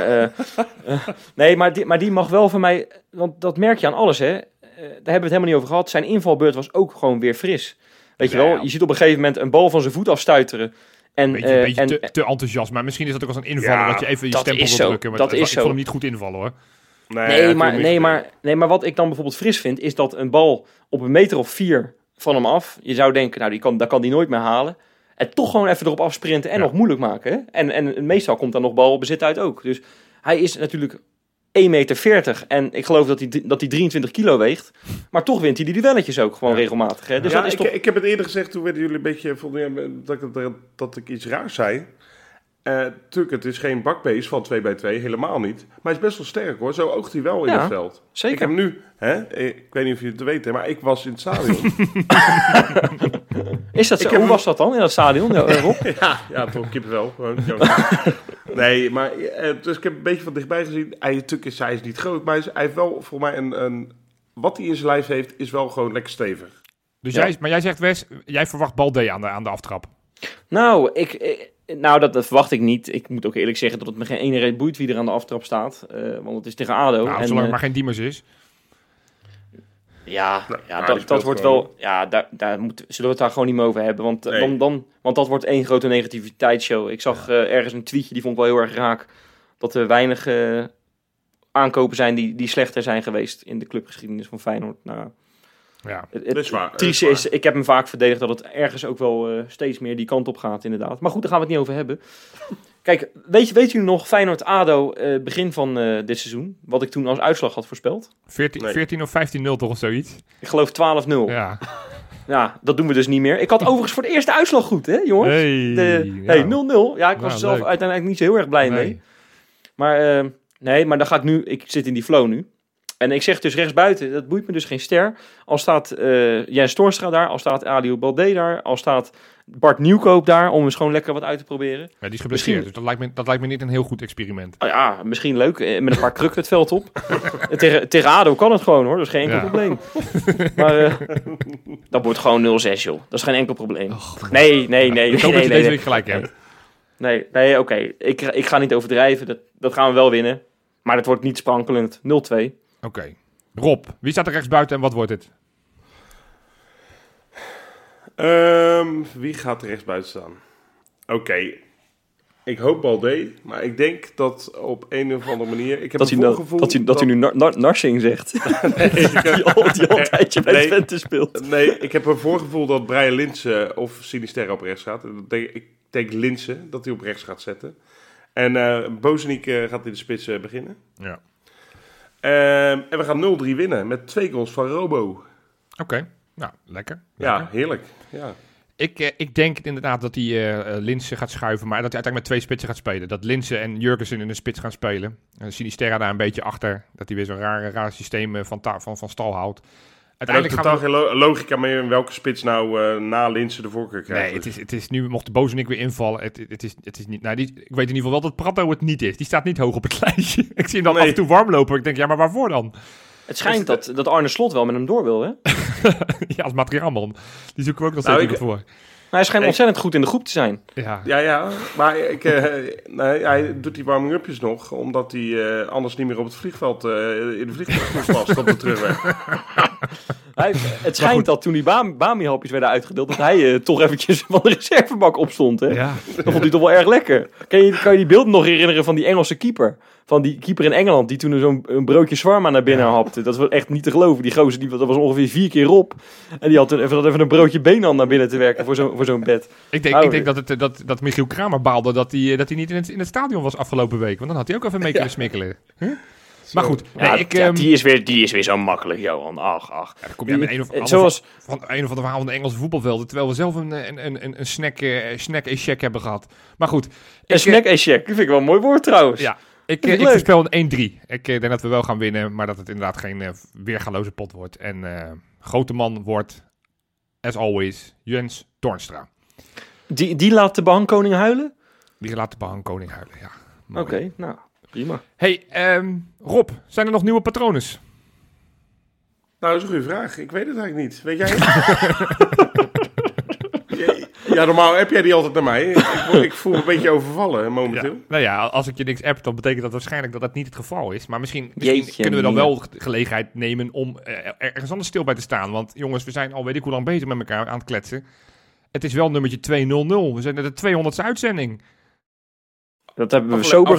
Maar, maar die mag wel van mij... Want dat merk je aan alles, hè. Daar hebben we het helemaal niet over gehad. Zijn invalbeurt was ook gewoon weer fris. Weet je wel? Je ziet op een gegeven moment een bal van zijn voet afstuiteren. Een beetje te enthousiast. Maar misschien is dat ook als een invaller dat je even je stempel wil drukken. Maar ik vond hem niet goed invallen, hoor. Nee, maar wat ik dan bijvoorbeeld fris vind, is dat een bal op 1 meter of 4 van hem af, je zou denken, dat kan die nooit meer halen. En toch gewoon even erop afsprinten en nog moeilijk maken. Hè? En meestal komt dan nog balbezit uit ook. Dus hij is natuurlijk 1,40 meter en ik geloof dat hij 23 kilo weegt. Maar toch wint hij die duelletjes ook gewoon regelmatig. Hè? Dus ik heb het eerder gezegd, toen werden jullie een beetje, dat ik iets raars zei. Natuurlijk, het is geen bakbeest van 2x2, helemaal niet. Maar hij is best wel sterk hoor. Zo oogt hij wel in het veld. Zeker. Ik heb hem nu, ik weet niet of je het weet, maar ik was in het stadion. Is dat zo? Hoe was dat dan in dat stadion, Rob? ja, toch kippenvel. Nee, maar dus ik heb een beetje van dichtbij gezien. Hij is niet groot, maar hij heeft wel voor mij een wat hij in zijn lijf heeft, is wel gewoon lekker stevig. Dus maar jij zegt, Wes, jij verwacht Balde aan de aftrap. Nou, dat verwacht ik niet. Ik moet ook eerlijk zeggen dat het me geen ene reet boeit wie er aan de aftrap staat. Want het is tegen ADO. Nou, zolang het maar geen Diemers is. Dat wordt wel... Ja, zullen we het daar gewoon niet meer over hebben. Want dat wordt één grote negativiteitsshow. Ik zag ergens een tweetje, die vond ik wel heel erg raak. Dat er weinig aankopen zijn die slechter zijn geweest in de clubgeschiedenis van Feyenoord. Nou, ja, dat is waar. Trieste is, ik heb hem vaak verdedigd dat het ergens ook wel steeds meer die kant op gaat, inderdaad. Maar goed, daar gaan we het niet over hebben. Kijk, weet u nog Feyenoord-ADO begin van dit seizoen? Wat ik toen als uitslag had voorspeld? 14 of 15-0 toch of zoiets? Ik geloof 12-0. Ja. Ja, dat doen we dus niet meer. Ik had overigens voor de eerste uitslag goed, hè jongens? Hey, 0-0. Ja, ik was er zelf uiteindelijk niet zo heel erg blij mee. Maar maar dan ga ik nu... Ik zit in die flow nu. En ik zeg dus rechtsbuiten, dat boeit me dus geen ster. Al staat Jens Toornstra daar, al staat Aliou Balde daar, al staat Bart Nieuwkoop daar, om eens gewoon lekker wat uit te proberen. Ja, die is geblesseerd, dus dat lijkt me niet een heel goed experiment. Oh ja, misschien leuk, met een paar krukken het veld op. Tegen ADO kan het gewoon hoor, dat is geen enkel probleem. Maar dat wordt gewoon 0-6 joh, dat is geen enkel probleem. Nee. Ik hoop dat je deze week gelijk hebt. Nee, oké. Ik ga niet overdrijven, dat gaan we wel winnen. Maar het wordt niet sprankelend, 0-2. Oké. Rob, wie staat er rechtsbuiten en wat wordt het? Wie gaat er rechtsbuiten staan? Oké. Ik hoop Balde, maar ik denk dat op een of andere manier... Ik heb een voorgevoel dat hij nu Narsing zegt. Nee, die al een tijdje bij Twente speelt. Nee, ik heb een voorgevoel dat Brian Linssen of Sinisterra op rechts gaat. Ik denk Linssen, dat hij op rechts gaat zetten. En Bozeniek gaat in de spits beginnen. Ja. En we gaan 0-3 winnen met 2 goals van Robo. Oké, nou, lekker. Ja, heerlijk. Ja. Ik denk inderdaad dat hij Linssen gaat schuiven, maar dat hij uiteindelijk met 2 spitsen gaat spelen. Dat Linssen en Jurgensen in de spits gaan spelen. Sinisterra daar een beetje achter. Dat hij weer zo'n raar systeem van stal houdt. Uiteindelijk er is totaal geen logica mee in welke spits nou na Linssen de voorkeur krijgt. Nee, het is nu, mocht de Bozeniek weer invallen, het is niet... Nou, ik weet in ieder geval wel dat Pratto het niet is. Die staat niet hoog op het lijstje. Ik zie hem dan af en toe warm lopen. Ik denk, ja, maar waarvoor dan? Het schijnt dat Arne Slot wel met hem door wil, hè? Ja, als materiaalman. Die zoeken we ook nog steeds voor. Maar hij schijnt ontzettend goed in de groep te zijn. Ja, maar hij doet die warming-upjes nog, omdat hij anders niet meer op het vliegveld in de vliegtuig past op de terugweg. Het schijnt dat toen die Bami-hapjes werden uitgedeeld, dat hij toch eventjes van de reservebak opstond. Hè? Ja. Dat vond hij toch wel erg lekker. Kan je die beelden nog herinneren van die Engelse keeper? Van die keeper in Engeland, die toen zo'n broodje shawarma naar binnen hapte. Dat was echt niet te geloven. Die gozer, dat was ongeveer 4 keer op. En die had even een broodje beenhand naar binnen te werken voor zo'n bed. Ik denk dat Michiel Kramer baalde dat hij niet in het stadion was afgelopen week. Want dan had hij ook even mee kunnen smikkelen. Huh? Maar goed. Die is weer zo makkelijk, Johan. Ach. Ja, dan kom je met een of andere verhaal van de Engelse voetbalvelden. Terwijl we zelf een snack-echec hebben gehad. Maar goed. Een snack-echec, dat vind ik wel een mooi woord trouwens. Ja. Ik voorspel een 1-3. Ik denk dat we wel gaan winnen, maar dat het inderdaad geen weergaloze pot wordt. En grote man wordt, as always, Jens Toornstra. Die laat de behangkoning huilen? Die laat de behangkoning huilen, ja. Oké, nou, prima. Hey, Rob, zijn er nog nieuwe patronen? Nou, dat is een goede vraag. Ik weet het eigenlijk niet. Weet jij het? Ja, normaal heb jij die altijd naar mij. Ik voel me een beetje overvallen momenteel. Ja. Nou ja, als ik je niks app, dan betekent dat waarschijnlijk dat dat niet het geval is. Maar misschien kunnen we dan wel gelegenheid nemen om ergens anders stil bij te staan. Want jongens, we zijn al weet ik hoe lang bezig met elkaar aan het kletsen. Het is wel nummertje 200. We zijn net de 200ste uitzending. Dat hebben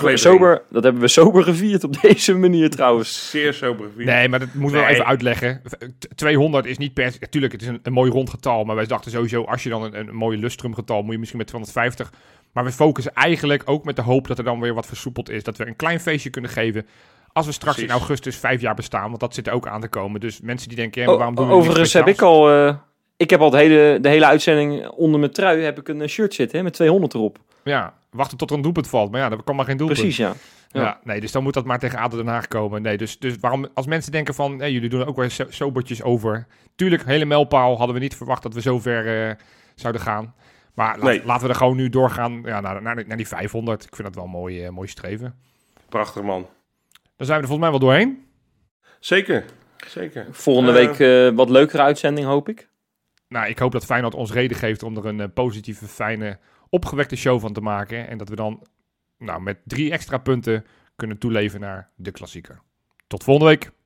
we sober gevierd op deze manier trouwens. Zeer sober gevierd. Nee, maar dat moeten we wel even uitleggen. 200 is niet per... Natuurlijk, het is een mooi rond getal. Maar wij dachten sowieso, als je dan een mooie lustrum getal... moet je misschien met 250. Maar we focussen eigenlijk ook met de hoop dat er dan weer wat versoepeld is. Dat we een klein feestje kunnen geven... Als we straks in augustus 5 jaar bestaan. Want dat zit er ook aan te komen. Dus mensen die denken, ja, maar waarom doen we overigens heb ik al... Ik heb al de hele uitzending onder mijn trui heb ik een shirt zitten, hè, met 200 erop. Ja, wachten tot er een doelpunt valt. Maar ja, er kan maar geen doelpunt. Precies, ja. Ja, nee, dus dan moet dat maar tegen ADO Den Haag komen. Nee, dus waarom, als mensen denken van, jullie doen er ook wel sobertjes over. Tuurlijk, hele mijlpaal hadden we niet verwacht dat we zo ver zouden gaan. Maar laten we er gewoon nu doorgaan naar die 500. Ik vind dat wel mooi streven. Prachtig, man. Dan zijn we er volgens mij wel doorheen. Zeker. Volgende week wat leukere uitzending, hoop ik. Nou, ik hoop dat Feyenoord ons reden geeft om er een positieve, fijne, opgewekte show van te maken. En dat we dan met 3 extra punten kunnen toeleven naar de klassieker. Tot volgende week.